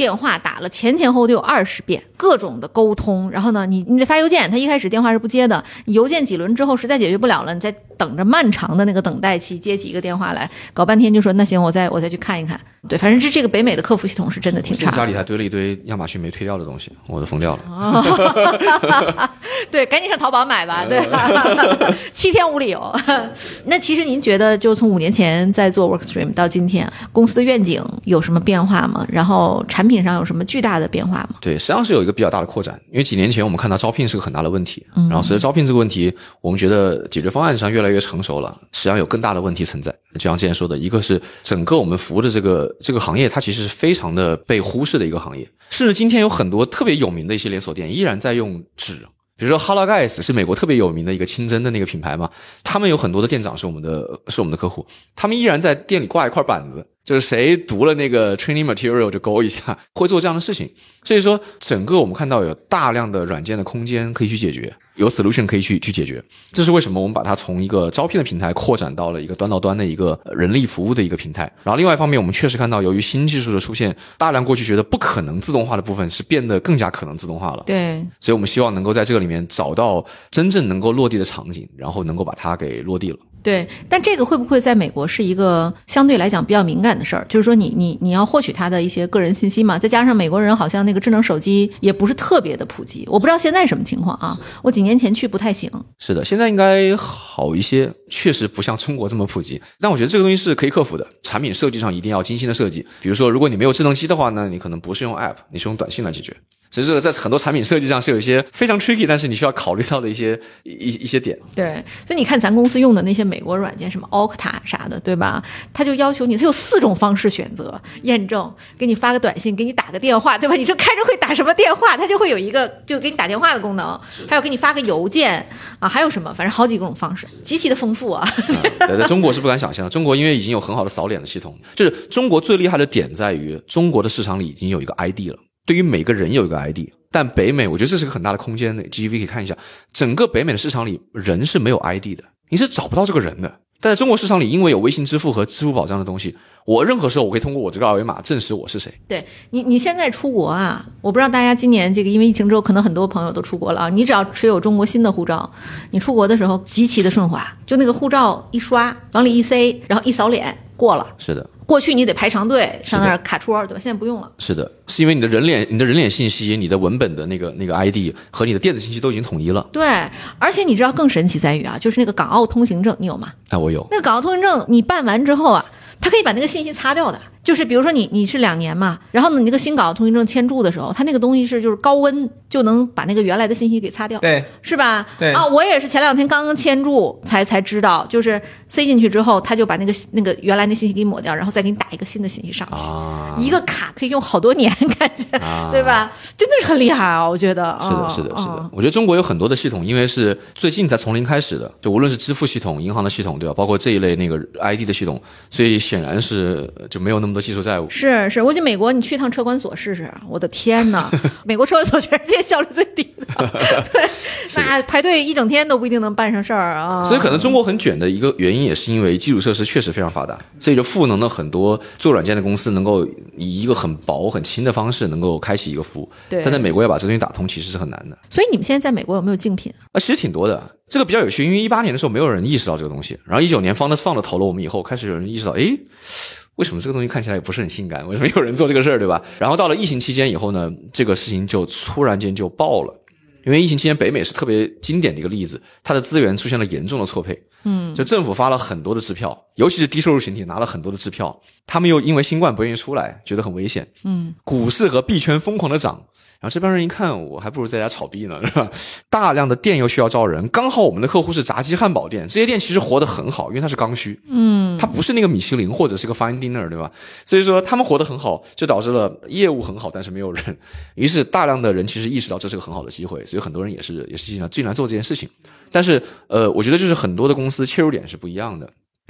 Speaker 2: 电话打了前前后后得有二十遍，各种的沟通，然后呢，你你得发邮件，他一开始电话是不接的，你邮件几轮之后实在解决不了了，你再等着漫长的那个等待期，接起一个电话来，搞半天就说那行，我再我再去看一看。对，反正这这个北美的客服系统是真的挺差的。
Speaker 1: 家里还堆了一堆亚马逊没退掉的东西，我都疯掉了。
Speaker 2: 哦、对，赶紧上淘宝买吧，对吧？七天无理由。那其实您觉得，就从五年前在做 Workstream 到今天，公司的愿景有什么变化吗？然后产品上有什么巨大的变化吗？
Speaker 1: 对，实际上是有一个比较大的扩展，因为几年前我们看到招聘是个很大的问题，嗯、然后随着招聘这个问题，我们觉得解决方案上越来越成熟了，实际上有更大的问题存在。就像之前说的，一个是整个我们服务的这个这个行业，它其实是非常的被忽视的一个行业，甚至今天有很多特别有名的一些连锁店依然在用纸。比如说 Hala Guys 是美国特别有名的一个清真的那个品牌嘛，他们有很多的店长是我们的是我们的客户，他们依然在店里挂一块板子，就是谁读了那个 training material 就勾一下，会做这样的事情。所以说整个我们看到有大量的软件的空间可以去解决，有 solution 可以去去解决。这是为什么我们把它从一个招聘的平台扩展到了一个端到端的一个人力服务的一个平台。然后另外一方面，我们确实看到由于新技术的出现，大量过去觉得不可能自动化的部分是变得更加可能自动化了。
Speaker 2: 对，
Speaker 1: 所以我们希望能够在这个里面找到真正能够落地的场景，然后能够把它给落地了。
Speaker 2: 对，但这个会不会在美国是一个相对来讲比较敏感的事儿？就是说你你你要获取他的一些个人信息嘛，再加上美国人好像那个智能手机也不是特别的普及，我不知道现在什么情况啊。我几年前去不太行。
Speaker 1: 是的，现在应该好一些，确实不像中国这么普及。但我觉得这个东西是可以克服的，产品设计上一定要精心的设计。比如说，如果你没有智能机的话呢，你可能不是用 App， 你是用短信来解决。所以这个在很多产品设计上是有一些非常 tricky， 但是你需要考虑到的一些一一些点。
Speaker 2: 对，所以你看咱公司用的那些美国软件，什么 Okta 啥的，对吧？他就要求你，他有四种方式选择验证，给你发个短信，给你打个电话，对吧？你说开着会打什么电话，他就会有一个就给你打电话的功能，还有给你发个邮件啊，还有什么，反正好几种方式，极其的丰富啊。
Speaker 1: 啊对，在中国是不敢想象的。中国因为已经有很好的扫脸的系统，就是中国最厉害的点在于，中国的市场里已经有一个 I D 了，对于每个人有一个 I D。但北美我觉得这是个很大的空间的 G V 可以看一下，整个北美的市场里人是没有 I D 的，你是找不到这个人的。但在中国市场里，因为有微信支付和支付宝这样的东西，我任何时候我可以通过我这个二维码证实我是谁。
Speaker 2: 对，你你现在出国啊，我不知道大家今年这个因为疫情之后可能很多朋友都出国了啊，你只要持有中国新的护照，你出国的时候极其的顺滑，就那个护照一刷往里一塞，然后一扫脸过了。
Speaker 1: 是的，
Speaker 2: 过去你得排长队上那儿卡戳，对吧？现在不用了。
Speaker 1: 是的，是因为你的人脸、你的人脸信息、你的文本的那个那个 I D 和你的电子信息都已经统一了。
Speaker 2: 对，而且你知道更神奇在于啊，就是那个港澳通行证，你有吗？
Speaker 1: 啊，我有。
Speaker 2: 那个港澳通行证你办完之后啊，它可以把那个信息擦掉的。就是比如说你你是两年嘛，然后呢你那个新港澳通行证签注的时候，它那个东西是就是高温就能把那个原来的信息给擦掉，
Speaker 3: 对，
Speaker 2: 是吧？
Speaker 3: 对
Speaker 2: 啊，我也是前两天刚刚签注才才知道，就是塞进去之后，它就把那个那个原来的信息给你抹掉，然后再给你打一个新的信息上去，
Speaker 1: 啊、
Speaker 2: 一个卡可以用好多年，感觉、啊、对吧？真的是很厉害啊，我觉得。
Speaker 1: 是的，是的，是的。我觉得中国有很多的系统，因为是最近才从零开始的，就无论是支付系统、银行的系统，对吧？包括这一类那个 I D 的系统，所以显然是就没有那么多技术债务。
Speaker 2: 是。是是，我去美国，你去一趟车管所试试，我的天哪！美国车管所全世界效率最低的，对，那排队一整天都不一定能办上事儿啊。
Speaker 1: 所以可能中国很卷的一个原因，也是因为基础设施确实非常发达，所以就赋能了很多做软件的公司，能够以一个很薄很轻的方式，能够开启一个服务。
Speaker 2: 对，
Speaker 1: 但在美国要把这东西打通，其实是很难的。
Speaker 2: 所以你们现在在美国有没有竞品
Speaker 1: 啊？其实挺多的。这个比较有趣，因为一八年的时候没有人意识到这个东西，然后一九年 Founders Fund 投了我们以后，开始有人意识到，诶。为什么这个东西看起来也不是很性感？为什么有人做这个事儿，对吧？然后到了疫情期间以后呢，这个事情就突然间就爆了。因为疫情期间北美是特别经典的一个例子，它的资源出现了严重的错配。嗯，就政府发了很多的支票，尤其是低收入群体拿了很多的支票，他们又因为新冠不愿意出来，觉得很危险。嗯，股市和币圈疯狂的涨。然后这帮人一看，我还不如在家炒币呢，是吧？大量的店又需要招人，刚好我们的客户是炸鸡汉堡店，这些店其实活得很好，因为它是刚需，嗯，它不是那个米其林或者是个 fine dinner， 对吧？所以说他们活得很好，就导致了业务很好，但是没有人。于是大量的人其实意识到这是个很好的机会，所以很多人也是也是进来进来做这件事情。但是呃，我觉得就是很多的公司切入点是不一样的。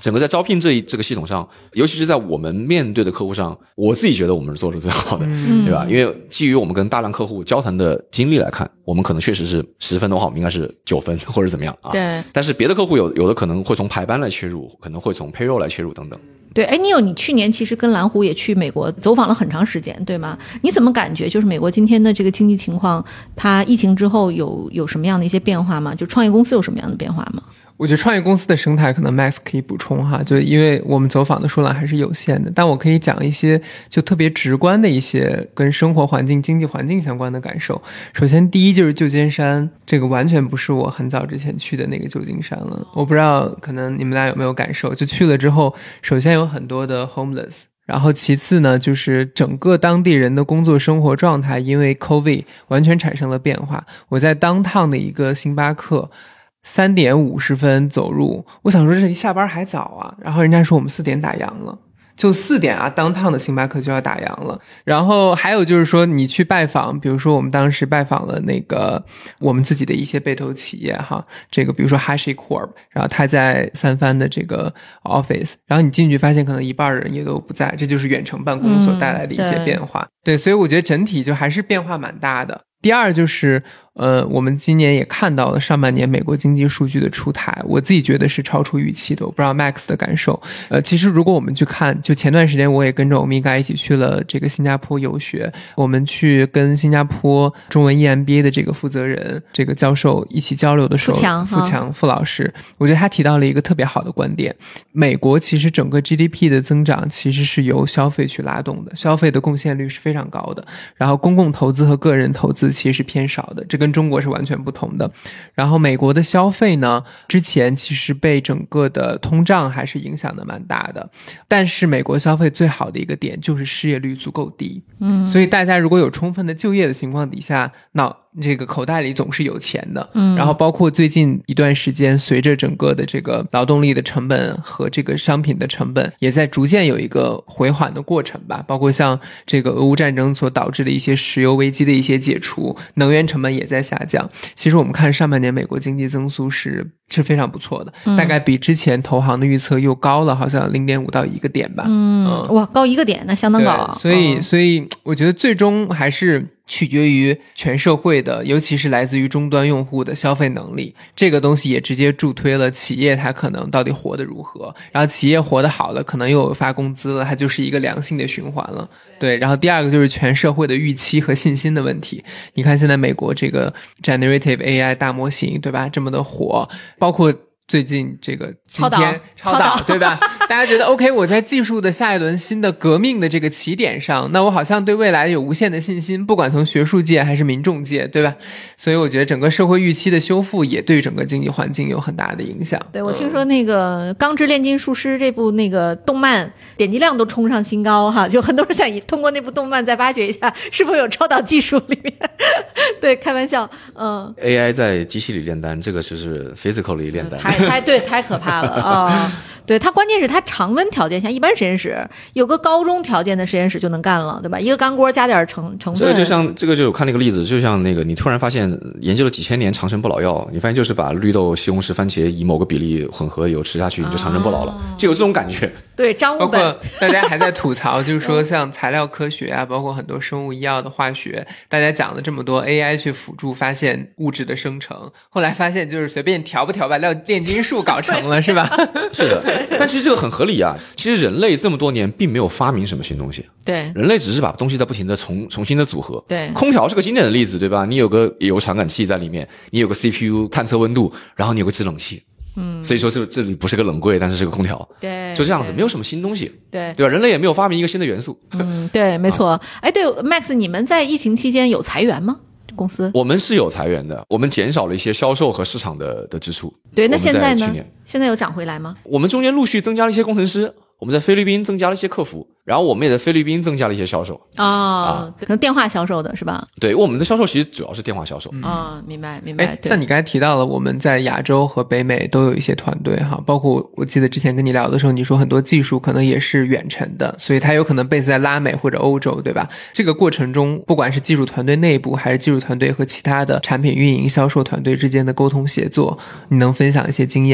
Speaker 1: 整个在招聘这一这个系统上，尤其是在我们面对的客户上，我自己觉得我们是做的最好的，
Speaker 2: 嗯、
Speaker 1: 对吧？因为基于我们跟大量客户交谈的经历来看，我们可能确实是十分的话，我们应该是九分或者怎么样啊？
Speaker 2: 对。
Speaker 1: 但是别的客户有有的可能会从排班来切入，可能会从 payroll 来切入等等。
Speaker 2: 对，哎，你有你去年其实跟蓝湖也去美国走访了很长时间，对吗？你怎么感觉就是美国今天的这个经济情况，它疫情之后有有什么样的一些变化吗？就创业公司有什么样的变化吗？
Speaker 3: 我觉得创业公司的生态可能 Max 可以补充哈，就因为我们走访的数量还是有限的，但我可以讲一些就特别直观的一些跟生活环境、经济环境相关的感受。首先第一就是旧金山，这个完全不是我很早之前去的那个旧金山了，我不知道可能你们俩有没有感受，就去了之后，首先有很多的 homeless，然后其次呢，就是整个当地人的工作生活状态因为 COVID 完全产生了变化。我在 downtown 的一个星巴克三点五十分走入，我想说这离下班还早啊，然后人家说我们四点打烊了，就四点啊 downtown 的星巴克就要打烊了。然后还有就是说你去拜访，比如说我们当时拜访了那个我们自己的一些被投企业哈，这个比如说 HashiCorp， 然后他在三藩的这个 office， 然后你进去发现可能一半人也都不在，这就是远程办公所带来的一些变化、嗯、对, 对，所以我觉得整体就还是变化蛮大的。第二就是呃，我们今年也看到了上半年美国经济数据的出台，我自己觉得是超出预期的，我不知道 Max 的感受。呃，其实如果我们去看，就前段时间我也跟着 Omega 一起去了这个新加坡游学，我们去跟新加坡中文 E M B A 的这个负责人这个教授一起交流的时候，
Speaker 2: 付强
Speaker 3: 付强付老师，我觉得他提到了一个特别好的观点，美国其实整个 G D P 的增长其实是由消费去拉动的，消费的贡献率是非常高的，然后公共投资和个人投资其实是偏少的，这跟中国是完全不同的。然后美国的消费呢，之前其实被整个的通胀还是影响的蛮大的，但是美国消费最好的一个点就是失业率足够低，嗯，所以大家如果有充分的就业的情况底下，那这个口袋里总是有钱的，嗯，然后包括最近一段时间，随着整个的这个劳动力的成本和这个商品的成本也在逐渐有一个回缓的过程吧，包括像这个俄乌战争所导致的一些石油危机的一些解除，能源成本也在下降。其实我们看上半年美国经济增速是是非常不错的，嗯，大概比之前投行的预测又高了好像 零点五 到一个点吧，
Speaker 2: 嗯，嗯哇，高一个点，那相当高啊。
Speaker 3: 所以、
Speaker 2: 嗯、
Speaker 3: 所以我觉得最终还是取决于全社会的，尤其是来自于终端用户的消费能力，这个东西也直接助推了企业它可能到底活得如何，然后企业活得好了，可能又有发工资了，它就是一个良性的循环了。对，然后第二个就是全社会的预期和信心的问题。你看现在美国这个 generative A I 大模型，对吧，这么的火，包括最近这个今天超导对吧，大家觉得 OK， 我在技术的下一轮新的革命的这个起点上，那我好像对未来有无限的信心，不管从学术界还是民众界，对吧？所以我觉得整个社会预期的修复也对整个经济环境有很大的影响。
Speaker 2: 对，我听说那个《钢之炼金术师》这部那个动漫点击量都冲上新高哈，就很多人想通过那部动漫再挖掘一下是否有超导技术里面。对，开玩笑，嗯
Speaker 1: ，A I 在机器里炼丹，这个就是 physical 里炼丹。
Speaker 2: 太太对，太可怕了啊！对，它关键是它常温条件下，一般实验室有个高中条件的实验室就能干了，对吧？一个钢锅加点成成分。
Speaker 1: 所以就像这个，就有看那个例子，就像那个你突然发现研究了几千年长生不老药，你发现就是把绿豆、西红柿、番茄以某个比例混合油吃下去，你就长生不老了，啊、就有这种感觉。
Speaker 2: 对，张物本。
Speaker 3: 包括大家还在吐槽，就是说像材料科学啊，包括很多生物医药的化学，大家讲了这么多 A I 去辅助发现物质的生成，后来发现就是随便调不调把炼金术搞成了，是吧？
Speaker 1: 是的，但其实这个很合理啊。其实人类这么多年并没有发明什么新东西，
Speaker 2: 对，
Speaker 1: 人类只是把东西在不停的重重新的组合。
Speaker 2: 对，
Speaker 1: 空调是个经典的例子，对吧？你有个有传感器在里面，你有个 C P U 探测温度，然后你有个制冷器。嗯，所以说这这里不是个冷柜，但是是个空调。
Speaker 2: 对，
Speaker 1: 就这样子，没有什么新东西。
Speaker 2: 对，
Speaker 1: 对吧？人类也没有发明一个新的元素。
Speaker 2: 嗯，对，没错。哎、啊，对 ，Max， 你们在疫情期间有裁员吗？公司
Speaker 1: 我们是有裁员的，我们减少了一些销售和市场的的支出。
Speaker 2: 对，那现在呢？现在有涨回来吗？
Speaker 1: 我们中间陆续增加了一些工程师，我们在菲律宾增加了一些客服，然后我们也在菲律宾增加了一些销售。
Speaker 2: 哦，啊、可能电话销售的是吧？
Speaker 1: 对，我们的销售其实主要是电话销售。
Speaker 2: 嗯、哦，明白明白。
Speaker 3: 像你刚才提到了，我们在亚洲和北美都有一些团队哈，包括我记得之前跟你聊的时候，你说很多技术可能也是远程的，所以它有可能 base 在拉美或者欧洲，对吧？这个过程中，不管是技术团队内部，还是技术团队和其他的产品运营、销售团队之间的沟通协作，你能分享一些经验吗？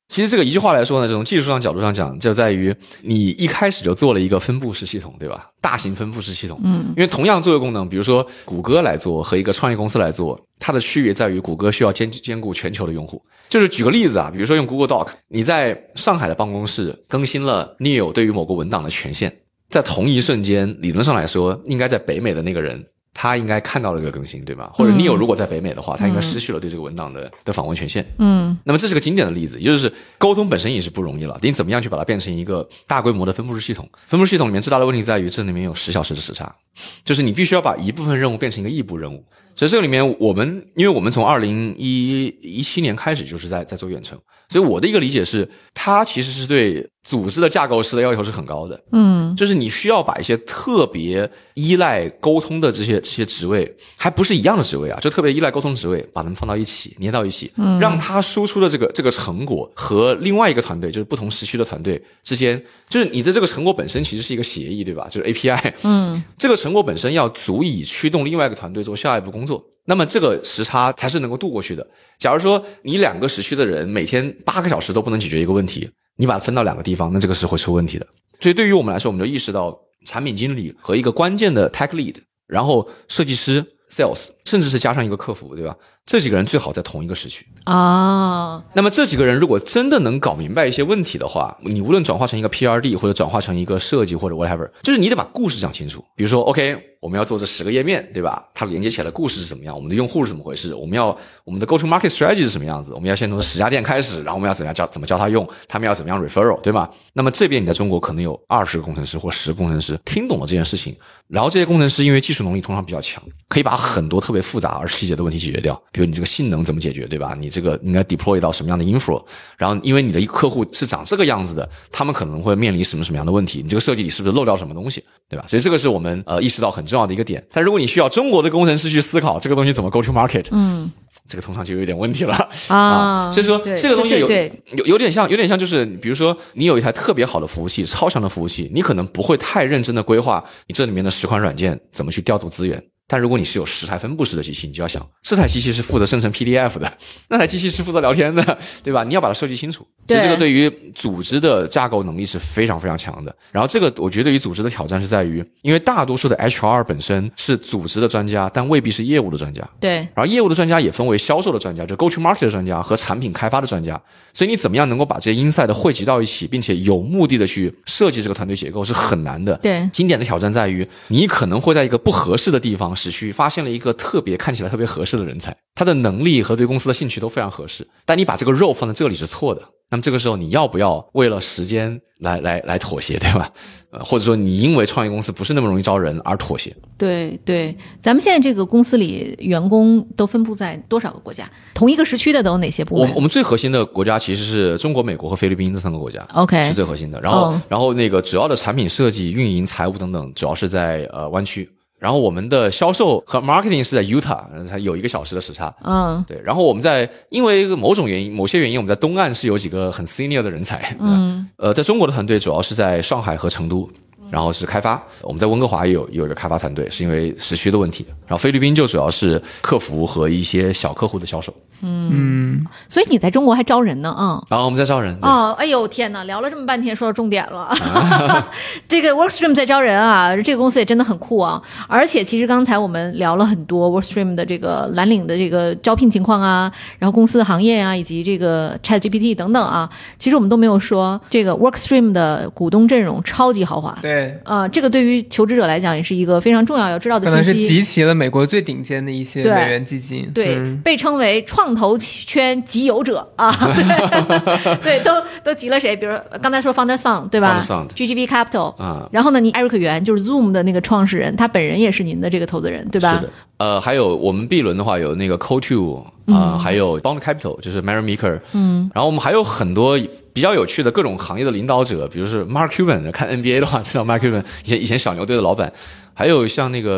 Speaker 1: 其实这个一句话来说呢，这种技术上角度上讲，就在于你一开始就做了一个分布式系统，对吧？大型分布式系统。嗯，因为同样作为功能，比如说谷歌来做和一个创业公司来做，它的区别在于谷歌需要兼兼顾全球的用户。就是举个例子啊，比如说用 Google Doc， 你在上海的办公室更新了 Neil 对于某个文档的权限，在同一瞬间，理论上来说，应该在北美的那个人他应该看到了这个更新，对吧？或者 Neil 如果在北美的话，他应该失去了对这个文档的的访问权限。嗯，那么这是个经典的例子，也就是沟通本身也是不容易了，你怎么样去把它变成一个大规模的分布式系统？分布式系统里面最大的问题在于这里面有十小时的时差，就是你必须要把一部分任务变成一个异步任务。所以这个里面我们，因为我们从二零一七年开始就是在在做远程，所以我的一个理解是，它其实是对组织的架构师的要求是很高的。嗯，就是你需要把一些特别依赖沟通的这些这些职位，还不是一样的职位啊，就特别依赖沟通的职位，把它们放到一起，捏到一起，嗯，让它输出的这个这个成果和另外一个团队，就是不同时区的团队之间，就是你的这个成果本身其实是一个协议，对吧？就是 A P I。嗯，这个成果本身要足以驱动另外一个团队做下一步工作。那么这个时差才是能够度过去的。假如说你两个时区的人每天八个小时都不能解决一个问题，你把它分到两个地方，那这个是会出问题的。所以对于我们来说，我们就意识到产品经理和一个关键的 tech lead， 然后设计师 sales， 甚至是加上一个客服，对吧？这几个人最好在同一个时区啊。那么这几个人如果真的能搞明白一些问题的话，你无论转化成一个 P R D 或者转化成一个设计或者 whatever， 就是你得把故事讲清楚。比如说 OK， 我们要做这十个页面，对吧？它连接起来的故事是怎么样，我们的用户是怎么回事，我们要我们的 go to market strategy 是什么样子，我们要先从十家店开始，然后我们要怎么样教怎么教他用，他们要怎么样 referral， 对吧？那么这边你在中国可能有二十个工程师或十个工程师听懂了这件事情，然后这些工程师因为技术能力通常比较强，可以把很多特别复杂而细节的问题解决掉。比如你这个性能怎么解决，对吧？你这个应该 deploy 到什么样的 infra， 然后因为你的客户是长这个样子的，他们可能会面临什么什么样的问题，你这个设计里是不是漏掉什么东西，对吧？所以这个是我们呃意识到很重要的一个点。但如果你需要中国的工程师去思考这个东西怎么 go to market， 嗯，这个通常就有点问题了啊。啊所以说这个东西有有有点像有点像就是比如说你有一台特别好的服务器，超强的服务器，你可能不会太认真的规划你这里面的十款软件怎么去调度资源。但如果你是有十台分布式的机器，你就要想这台机器是负责生成 P D F 的，那台机器是负责聊天的，对吧？你要把它设计清楚。所以这个对于组织的架构能力是非常非常强的。然后这个我觉得对于组织的挑战是在于，因为大多数的 H R 本身是组织的专家，但未必是业务的专家。
Speaker 2: 对。
Speaker 1: 然后业务的专家也分为销售的专家，就 go to market 的专家和产品开发的专家。所以你怎么样能够把这些 insight 汇集到一起，并且有目的的去设计这个团队结构是很难的。
Speaker 2: 对。
Speaker 1: 经典的挑战在于，你可能会在一个不合适的地方时区发现了一个一个特别看起来特别合适的人才，他的能力和对公司的兴趣都非常合适，但你把这个肉放在这里是错的。那么这个时候你要不要为了时间来来来妥协，对吧？呃，或者说你因为创业公司不是那么容易招人而妥协？
Speaker 2: 对对，咱们现在这个公司里员工都分布在多少个国家？同一个时区的都有哪些部门？
Speaker 1: 我我们最核心的国家其实是中国、美国和菲律宾这三个国家
Speaker 2: ，OK
Speaker 1: 是最核心的。然后、
Speaker 2: 哦、
Speaker 1: 然后那个主要的产品设计、运营、财务等等，主要是在呃湾区。然后我们的销售和 marketing 是在 Utah， 它有一个小时的时差。嗯，对。然后我们在因为某种原因、某些原因，我们在东岸是有几个很 senior 的人才。嗯，呃，在中国的团队主要是在上海和成都。然后是开发，我们在温哥华也有有一个开发团队，是因为时区的问题。然后菲律宾就主要是客服和一些小客户的销售。
Speaker 2: 嗯，所以你在中国还招人呢啊？
Speaker 1: 然后我们在招人。
Speaker 2: 哦，哎呦天哪，聊了这么半天，说到重点了。啊、这个 Workstream 在招人啊，这个公司也真的很酷啊。而且其实刚才我们聊了很多 Workstream 的这个蓝领的这个招聘情况啊，然后公司的行业啊，以及这个 ChatGPT 等等啊，其实我们都没有说这个 Workstream 的股东阵容超级豪华。
Speaker 3: 对。
Speaker 2: 呃，这个对于求职者来讲也是一个非常重要要知道的信息。
Speaker 3: 可能是集齐了美国最顶尖的一些美元基金。
Speaker 2: 对，嗯、被称为创投圈集邮者啊。对，都都集了谁？比如刚才说 Founders Fund 对吧
Speaker 1: ？Founders Fund，G
Speaker 2: G V Capital 啊。然后呢，你 Eric 袁就是 Zoom 的那个创始人，他本人也是您的这个投资人，对吧？
Speaker 1: 是的。呃，还有我们 B 轮的话有那个 Co2 啊、呃嗯，还有 Bond Capital 就是 Mary Meeker， 嗯，然后我们还有很多比较有趣的各种行业的领导者，比如是 Mark Cuban， 看 N B A 的话知道 Mark Cuban 以前以前小牛队的老板，还有像那个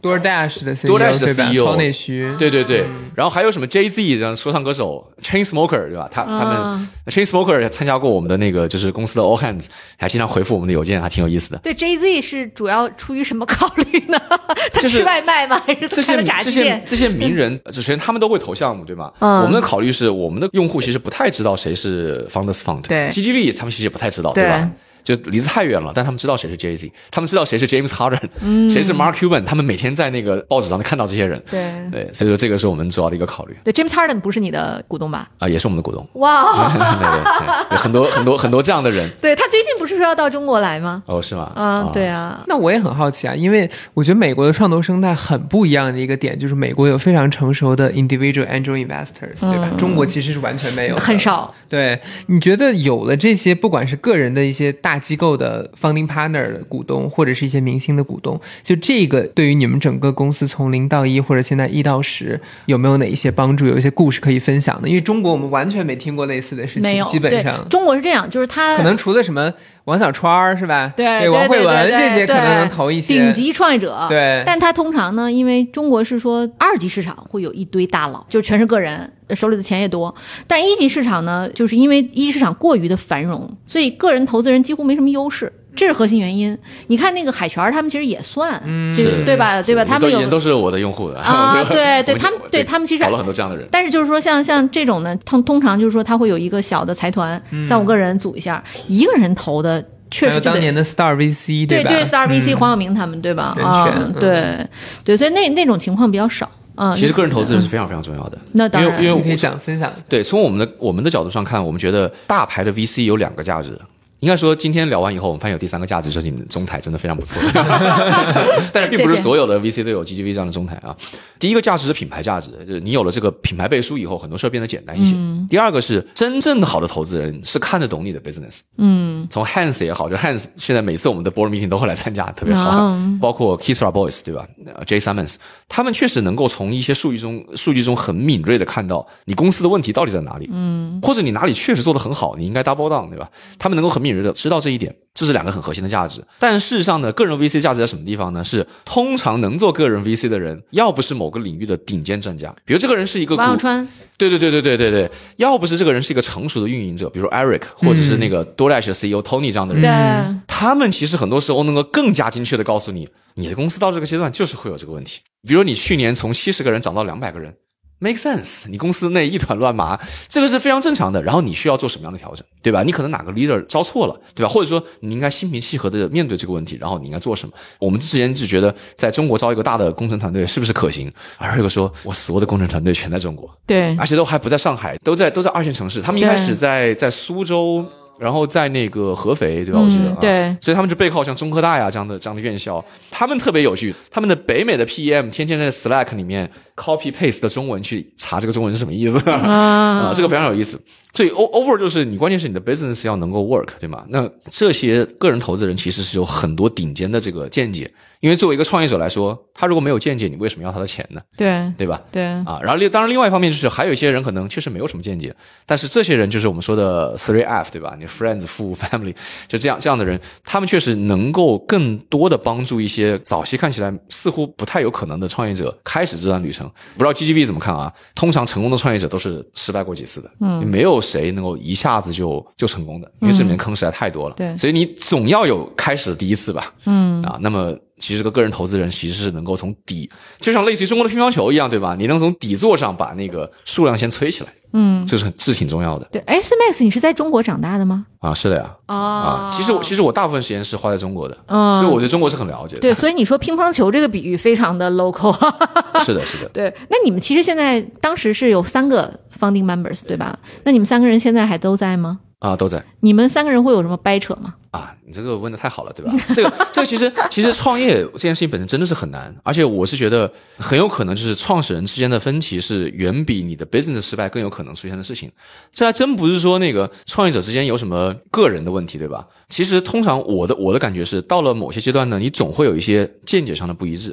Speaker 3: DoorDash 的 C E O
Speaker 1: DoorDash 的
Speaker 3: 对吧
Speaker 1: C E O
Speaker 3: Tony 徐，
Speaker 1: 对对对、嗯，然后还有什么 Jay Z 这样说唱歌手 Chainsmoker 对吧？他他们、啊、Chainsmoker 参加过我们的那个就是公司的 All Hands， 还经常回复我们的邮件，还挺有意思的。
Speaker 2: 对 Jay Z 是主要出于什么考虑呢？他吃外卖吗？还是他开了炸鸡店？
Speaker 1: 这些这些名人，首先他们都会投项目对吗？嗯，我们的考虑是我们的用户其实不太知道谁是 Founders Fund，
Speaker 2: 对
Speaker 1: G G V 他们其实也不太知道， 对, 对吧？就离得太远了，但他们知道谁是 Jay Z， 他们知道谁是 James Harden，、嗯、谁是 Mark Cuban， 他们每天在那个报纸上看到这些人。
Speaker 2: 对
Speaker 1: 对，所以说这个是我们主要的一个考虑。
Speaker 2: 对 ，James Harden 不是你的股东吧？
Speaker 1: 啊，也是我们的股东。
Speaker 2: 哇，
Speaker 1: 对对对，很多很多很多这样的人。
Speaker 2: 对，他最近不是说要到中国来吗？
Speaker 1: 哦，是吗？
Speaker 2: 嗯，对啊。
Speaker 3: 那我也很好奇啊，因为我觉得美国的创投生态很不一样的一个点，就是美国有非常成熟的 individual angel investors，、嗯、对吧？中国其实是完全没有的，
Speaker 2: 很少。
Speaker 3: 对，你觉得有了这些，不管是个人的一些大机构的 funding partner 的股东，或者是一些明星的股东，就这个对于你们整个公司从零到一，或者现在一到十，有没有哪一些帮助？有一些故事可以分享的？因为中国我们完全没听过类似的事情，
Speaker 2: 没有，
Speaker 3: 基本上
Speaker 2: 中国是这样，就是他
Speaker 3: 可能除了什么王小川是吧？
Speaker 2: 对，
Speaker 3: 对王慧文这些可能能投一些
Speaker 2: 顶级创业者。
Speaker 3: 对，
Speaker 2: 但他通常呢，因为中国是说二级市场会有一堆大佬，就全是个人，手里的钱也多。但一级市场呢，就是因为一级市场过于的繁荣，所以个人投资人几乎没什么优势。这是核心原因。你看那个海泉他们其实也算，嗯，这个对吧？对吧？他们有
Speaker 1: 都是我的用户的
Speaker 2: 啊，对对，他们对他们其实
Speaker 1: 找了很多这样的人。
Speaker 2: 但是就是说像像这种呢，通通常就是说他会有一个小的财团，嗯、三五个人组一下，一个人投的。确实，
Speaker 3: 还有当年的 Star V C
Speaker 2: 对
Speaker 3: 吧？
Speaker 2: 对 ，Star V C、嗯、黄晓明他们对吧？啊、嗯，对对，所以那那种情况比较少啊、嗯。
Speaker 1: 其实个人投资人是非常非常重要的。
Speaker 2: 那当然，
Speaker 1: 因为因为
Speaker 3: 可以讲分享。
Speaker 1: 对，从我们的我们的角度上看，我们觉得大牌的 V C 有两个价值。应该说，今天聊完以后，我们发现有第三个价值，就是你们中台真的非常不错。但是并不是所有的 V C 都有 G G V 这样的中台啊。第一个价值是品牌价值，就是你有了这个品牌背书以后，很多事变得简单一些。嗯、第二个是真正的好的投资人是看得懂你的 business。嗯，从 Hans 也好，就 Hans 现在每次我们的 board meeting 都会来参加，特别好。嗯、包括 Kisra Boys 对吧 ？Jay Simons， 他们确实能够从一些数据中数据中很敏锐的看到你公司的问题到底在哪里。嗯，或者你哪里确实做得很好，你应该 double down 对吧？他们能够很敏锐的知道这一点，这是两个很核心的价值。但事实上呢，个人 V C 价值在什么地方呢？是通常能做个人 V C 的人，要不是某个领域的顶尖专家，比如这个人是一个
Speaker 2: 王小川，
Speaker 1: 对对对对对对对，要不是这个人是一个成熟的运营者，比如 Eric 或者是那个 DoorDash 的 C E O Tony 这样的人、嗯，他们其实很多时候能够更加精确的告诉你，你的公司到这个阶段就是会有这个问题。比如你去年从七十个人涨到两百个人。make sense， 你公司内一团乱麻，这个是非常正常的。然后你需要做什么样的调整，对吧？你可能哪个 leader 招错了，对吧？或者说你应该心平气和的面对这个问题，然后你应该做什么？我们之前就觉得在中国招一个大的工程团队是不是可行？而有个说我所有的工程团队全在中国，
Speaker 2: 对，
Speaker 1: 而且都还不在上海，都在都在二线城市。他们一开始在在苏州。然后在那个合肥，对吧？我记得、
Speaker 2: 嗯、对、
Speaker 1: 啊，所以他们就背靠像中科大呀这样的这样的院校，他们特别有趣，他们的北美的 P M 天天在 Slack 里面 copy paste 的中文去查这个中文是什么意思啊、呃，这个非常有意思。所以 over 就是你关键是你的 business 要能够 work， 对吗？那这些个人投资人其实是有很多顶尖的这个见解，因为作为一个创业者来说，他如果没有见解，你为什么要他的钱呢？
Speaker 2: 对，
Speaker 1: 对吧？
Speaker 2: 对
Speaker 1: 啊，然后当然另外一方面就是还有一些人可能确实没有什么见解，但是这些人就是我们说的 three F， 对吧？你 friends、父、family， 就这样这样的人，他们确实能够更多的帮助一些早期看起来似乎不太有可能的创业者开始这段旅程。不知道 G G V 怎么看啊？通常成功的创业者都是失败过几次的，嗯，没有谁能够一下子就就成功的，因为这里面坑实在太多了，
Speaker 2: 嗯、对，
Speaker 1: 所以你总要有开始的第一次吧，嗯啊，那么。其实这个个人投资人其实是能够从底，就像类似于中国的乒乓球一样，对吧？你能从底座上把那个数量先催起来，嗯，这是很这是挺重要的。
Speaker 2: 对，哎，孙 Max， 你是在中国长大的吗？
Speaker 1: 啊，是的呀。
Speaker 2: 哦、
Speaker 1: 啊，其实我其实我大部分时间是花在中国的，嗯，所以我对中国是很了解的。
Speaker 2: 对，所以你说乒乓球这个比喻非常的 local。
Speaker 1: 是的，是的。
Speaker 2: 对，那你们其实现在当时是有三个 founding members， 对吧？那你们三个人现在还都在吗？
Speaker 1: 啊，都在。
Speaker 2: 你们三个人会有什么掰扯吗？
Speaker 1: 啊，你这个问的太好了，对吧？这个这个其实其实创业这件事情本身真的是很难，而且我是觉得很有可能就是创始人之间的分歧是远比你的 business 失败更有可能出现的事情。这还真不是说那个创业者之间有什么个人的问题，对吧？其实通常我的我的感觉是，到了某些阶段呢，你总会有一些见解上的不一致。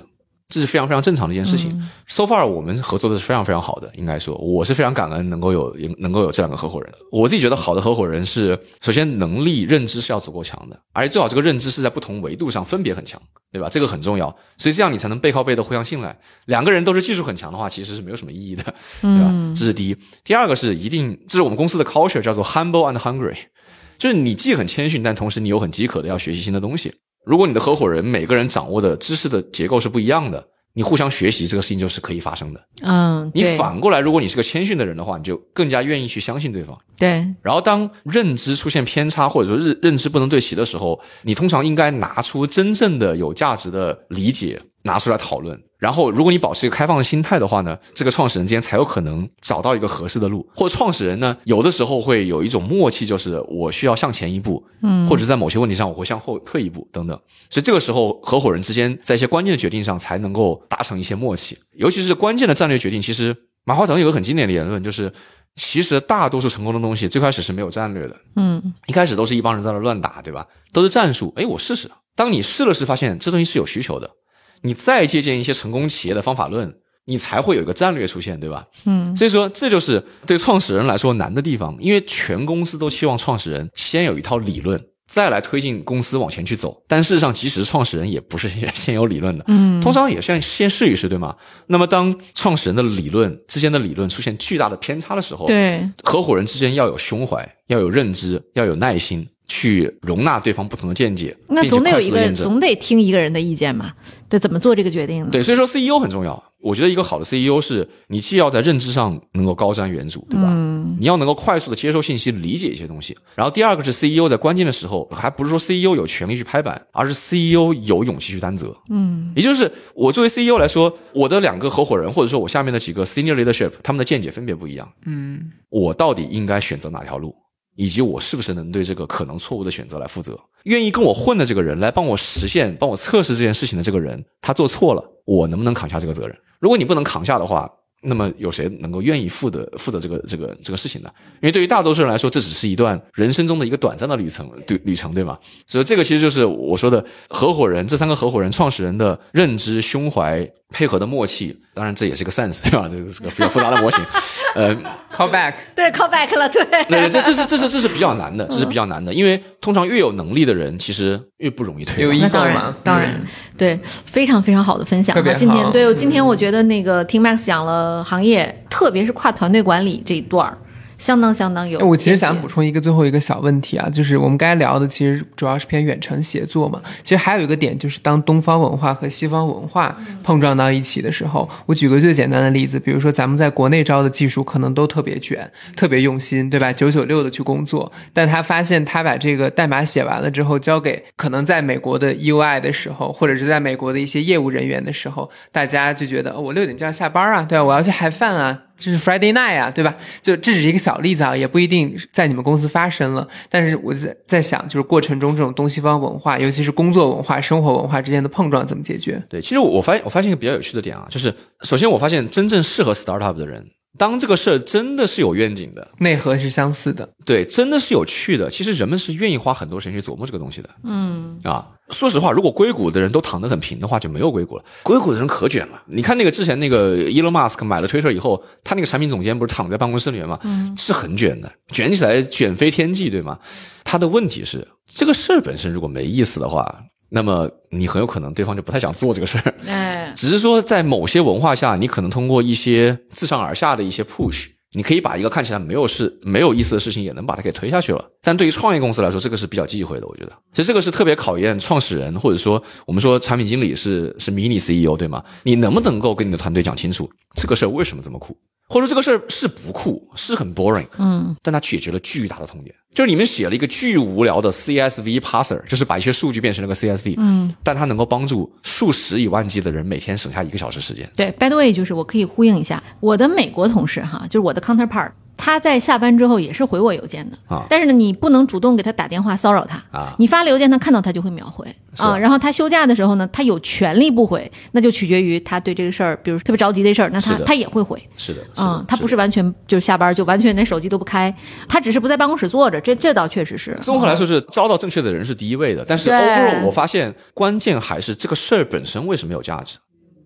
Speaker 1: 这是非常非常正常的一件事情。
Speaker 2: 嗯、
Speaker 1: so far 我们合作的是非常非常好的，应该说我是非常感恩能够有能够有这两个合伙人。我自己觉得好的合伙人是首先能力认知是要足够强的，而且最好这个认知是在不同维度上分别很强，对吧？这个很重要，所以这样你才能背靠背的互相信赖。两个人都是技术很强的话，其实是没有什么意义的，对吧？
Speaker 2: 嗯、
Speaker 1: 这是第一。第二个是一定，这是我们公司的 culture 叫做 humble and hungry， 就是你既很谦逊，但同时你又很饥渴的要学习新的东西。如果你的合伙人每个人掌握的知识的结构是不一样的，你互相学习这个事情就是可以发生的。
Speaker 2: 嗯，
Speaker 1: 你反过来，如果你是个谦逊的人的话，你就更加愿意去相信对方。
Speaker 2: 对。
Speaker 1: 然后当认知出现偏差或者说认认知不能对齐的时候，你通常应该拿出真正的有价值的理解拿出来讨论。然后如果你保持一个开放的心态的话呢，这个创始人之间才有可能找到一个合适的路。或者创始人呢，有的时候会有一种默契，就是我需要向前一步，嗯，或者在某些问题上我会向后退一步等等。所以这个时候合伙人之间在一些关键的决定上才能够达成一些默契。尤其是关键的战略决定，其实马化腾有个很经典的言论，就是其实大多数成功的东西最开始是没有战略的，
Speaker 2: 嗯，
Speaker 1: 一开始都是一帮人在那乱打，对吧？都是战术，诶，我试试。当你试了试发现这东西是有需求的，你再借鉴一些成功企业的方法论，你才会有一个战略出现，对吧？
Speaker 2: 嗯，
Speaker 1: 所以说这就是对创始人来说难的地方，因为全公司都期望创始人先有一套理论，再来推进公司往前去走。但事实上，即使创始人也不是先有理论的，嗯，通常也先先试一试，对吗？那么当创始人的理论之间的理论出现巨大的偏差的时候，
Speaker 2: 对，
Speaker 1: 合伙人之间要有胸怀，要有认知，要有耐心，去容纳对方不同的见解，
Speaker 2: 那总得有一个，总得听一个人的意见嘛。对，怎么做这个决定呢？
Speaker 1: 对，所以说 C E O 很重要。我觉得一个好的 C E O 是你既要在认知上能够高瞻远瞩，对吧？嗯，你要能够快速的接收信息，理解一些东西。然后第二个是 C E O 在关键的时候，还不是说 C E O 有权利去拍板，而是 C E O 有勇气去担责。嗯，也就是我作为 C E O 来说，我的两个合伙人或者说我下面的几个 senior leadership， 他们的见解分别不一样。嗯，我到底应该选择哪条路？以及我是不是能对这个可能错误的选择来负责。愿意跟我混的这个人，来帮我实现帮我测试这件事情的这个人，他做错了，我能不能扛下这个责任？如果你不能扛下的话，那么有谁能够愿意负责负责这个这个这个事情呢？因为对于大多数人来说，这只是一段人生中的一个短暂的旅程，对旅程，对吗？所以这个其实就是我说的合伙人，这三个合伙人创始人的认知、胸怀、配合的默契。当然这也是个 sense， 对吧？这是个比较复杂的模型。呃
Speaker 3: ，call back，
Speaker 2: 对 ，call back 了，对，
Speaker 1: 对，这这是这是这是比较难的，这是比较难的，因为通常越有能力的人，其实越不容易退。
Speaker 3: 有 ego
Speaker 2: 当然，当然，对，非常非常好的分享啊！今天对，今天我觉得那个听 Max 讲了行业，特别是跨团队管理这一段儿。相当相当有。
Speaker 3: 我其实想补充一个最后一个小问题啊，就是我们刚才聊的其实主要是偏远程协作嘛，其实还有一个点就是当东方文化和西方文化碰撞到一起的时候，我举个最简单的例子，比如说咱们在国内招的技术可能都特别卷，特别用心，对吧？九九六的去工作，但他发现他把这个代码写完了之后交给可能在美国的 U I 的时候，或者是在美国的一些业务人员的时候，大家就觉得、哦、我六点就要下班啊，对吧？我要去嗨饭啊，这是 Friday night 啊，对吧？就这只是一个小例子啊，也不一定在你们公司发生了。但是我在在想，就是过程中这种东西方文化，尤其是工作文化、生活文化之间的碰撞怎么解决？
Speaker 1: 对，其实我发现我发现一个比较有趣的点啊，就是首先我发现真正适合 startup 的人，当这个事儿真的是有愿景的，
Speaker 3: 内核是相似的，
Speaker 1: 对，真的是有趣的。其实人们是愿意花很多时间去琢磨这个东西的。嗯啊，说实话，如果硅谷的人都躺得很平的话，就没有硅谷了。硅谷的人可卷了。你看那个之前那个 Elon Musk 买了 Twitter 以后，他那个产品总监不是躺在办公室里面吗？嗯，是很卷的，卷起来卷飞天际，对吗？他的问题是，这个事儿本身如果没意思的话，那么你很有可能对方就不太想做这个事儿。哎，只是说在某些文化下，你可能通过一些自上而下的一些 push， 你可以把一个看起来没有事没有意思的事情也能把它给推下去了。但对于创业公司来说，这个是比较忌讳的，我觉得。其实这个是特别考验创始人，或者说我们说产品经理是是迷你 C E O， 对吗？你能不能够跟你的团队讲清楚这个事儿为什么这么酷？或者说这个事儿是不酷，是很 boring， 嗯，但它解决了巨大的痛点。就是你们写了一个巨无聊的 C S V parser， 就是把一些数据变成了个 C S V， 嗯，但它能够帮助数十亿万计的人每天省下一个小时时间。
Speaker 2: 对 ，by the way， 就是我可以呼应一下，我的美国同事哈，就是我的 counterpart。他在下班之后也是回我邮件的啊，但是呢，你不能主动给他打电话骚扰他啊。你发了邮件，他看到他就会秒回啊。然后他休假的时候呢，他有权利不回，那就取决于他对这个事儿，比如特别着急的事儿，那他他也会回。
Speaker 1: 是的，
Speaker 2: 啊、嗯，他不是完全就是下班就完全连手机都不开，他只是不在办公室坐着，这这倒确实是。
Speaker 1: 综合来说是招到正确的人是第一位的，但是 overall 我发现关键还是这个事儿本身为什么有价值。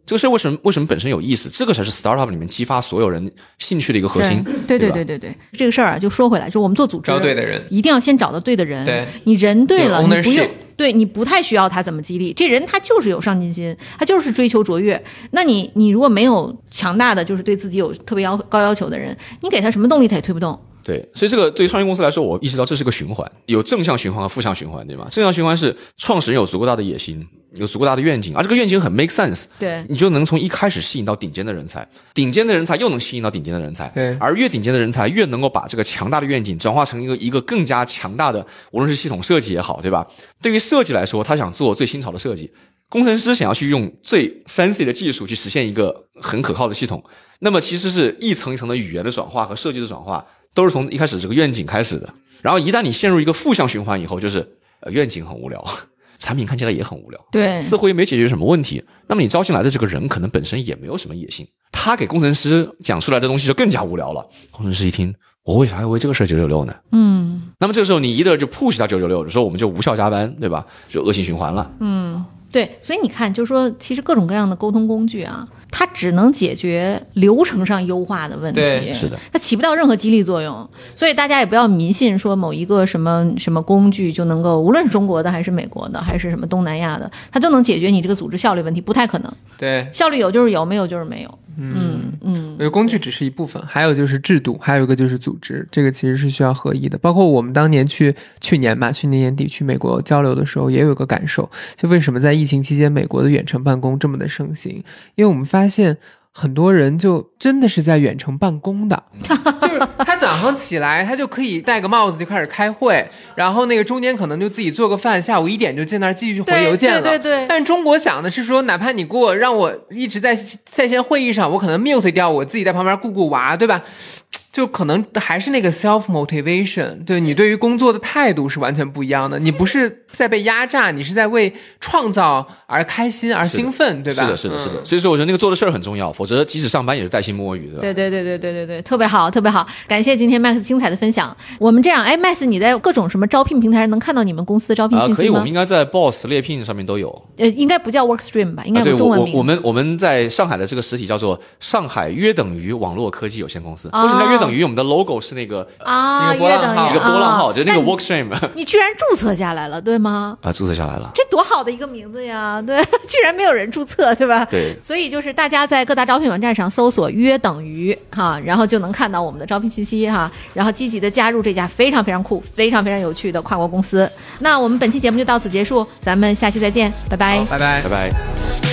Speaker 1: 这个事为什么为什么本身有意思？这个才是 startup 里面激发所有人兴趣的一个核心。
Speaker 2: 对对对对对对，这个事儿啊，就说回来，就我们做组织，
Speaker 3: 招对的人，
Speaker 2: 一定要先找到对的人。
Speaker 3: 对，
Speaker 2: 你人对了，你不用。对你不太需要他怎么激励，这人他就是有上进心，他就是追求卓越。那你你如果没有强大的，就是对自己有特别要高要求的人，你给他什么动力他也推不动。
Speaker 1: 对，所以这个对于创业公司来说，我意识到这是个循环，有正向循环和负向循环，对吗？正向循环是创始人有足够大的野心，有足够大的愿景，而这个愿景很 make sense，
Speaker 2: 对，
Speaker 1: 你就能从一开始吸引到顶尖的人才，顶尖的人才又能吸引到顶尖的人才，
Speaker 3: 对，
Speaker 1: 而越顶尖的人才越能够把这个强大的愿景转化成一个一个更加强大的，无论是系统设计也好，对吧？对于设计来说，他想做最新潮的设计，工程师想要去用最 fancy 的技术去实现一个很可靠的系统，那么其实是一层一层的语言的转化和设计的转化，都是从一开始这个愿景开始的。然后一旦你陷入一个负向循环以后，就是呃愿景很无聊，产品看起来也很无聊，
Speaker 2: 对，
Speaker 1: 似乎也没解决什么问题。那么你招进来的这个人可能本身也没有什么野心，他给工程师讲出来的东西就更加无聊了。工程师一听，我为啥要为这个事九九六呢？
Speaker 2: 嗯，
Speaker 1: 那么这个时候你一的就 push 到九九六，说我们就无效加班，对吧？就恶性循环了。
Speaker 2: 嗯，对，所以你看，就是说，其实各种各样的沟通工具啊，它只能解决流程上优化的问题，
Speaker 3: 对，
Speaker 1: 是的，
Speaker 2: 它起不到任何激励作用。所以大家也不要迷信说某一个什么什么工具就能够，无论是中国的还是美国的还是什么东南亚的，它都能解决你这个组织效率问题，不太可能。
Speaker 3: 对，
Speaker 2: 效率有就是有，没有就是没有。嗯嗯，
Speaker 3: 嗯，工具只是一部分，还有就是制度，还有一个就是组织，这个其实是需要合一的。包括我们当年去去年吧，去年年底去美国交流的时候，也有一个感受，就为什么在疫情期间美国的远程办公这么的盛行，因为我们发现很多人就真的是在远程办公的，就是他早上起来他就可以戴个帽子就开始开会，然后那个中间可能就自己做个饭，下午一点就进那儿继续回邮件了。
Speaker 2: 对对对对。
Speaker 3: 但中国想的是说，哪怕你给我让我一直在在线会议上，我可能 mute 掉，我自己在旁边顾顾娃，对吧？就可能还是那个 self motivation， 对，你对于工作的态度是完全不一样的。你不是在被压榨，你是在为创造而开心而兴奋，对吧？
Speaker 1: 是的，是的，是的。嗯、所以说，我觉得那个做的事儿很重要，否则即使上班也是带薪摸鱼的。
Speaker 2: 对对对对对对对，特别好，特别好。感谢今天 Max 精彩的分享。我们这样，哎 ，Max， 你在各种什么招聘平台能看到你们公司的招聘信息吗？
Speaker 1: 啊，可以，我们应该在 Boss 猎聘上面都有。
Speaker 2: 呃，应该不叫 Workstream 吧？应该有中文名。
Speaker 1: 啊、对，我我们我们在上海的这个实体叫做上海约等于网络科技有限公司。哦、为什么叫约等于？我们的 logo 是那个
Speaker 2: 啊，
Speaker 3: 一个波浪号，
Speaker 1: 一个波浪号，
Speaker 2: 啊、
Speaker 1: 就是那个 Workstream。
Speaker 2: 你居然注册下来了，对吗？
Speaker 1: 啊，注册下来了，
Speaker 2: 这多好的一个名字呀！对，居然没有人注册，对吧？
Speaker 1: 对，
Speaker 2: 所以就是大家在各大招聘网站上搜索“约等于”哈，然后就能看到我们的招聘信息哈，然后积极的加入这家非常非常酷、非常非常有趣的跨国公司。那我们本期节目就到此结束，咱们下期再见，拜拜，
Speaker 3: 拜拜，
Speaker 1: 拜拜。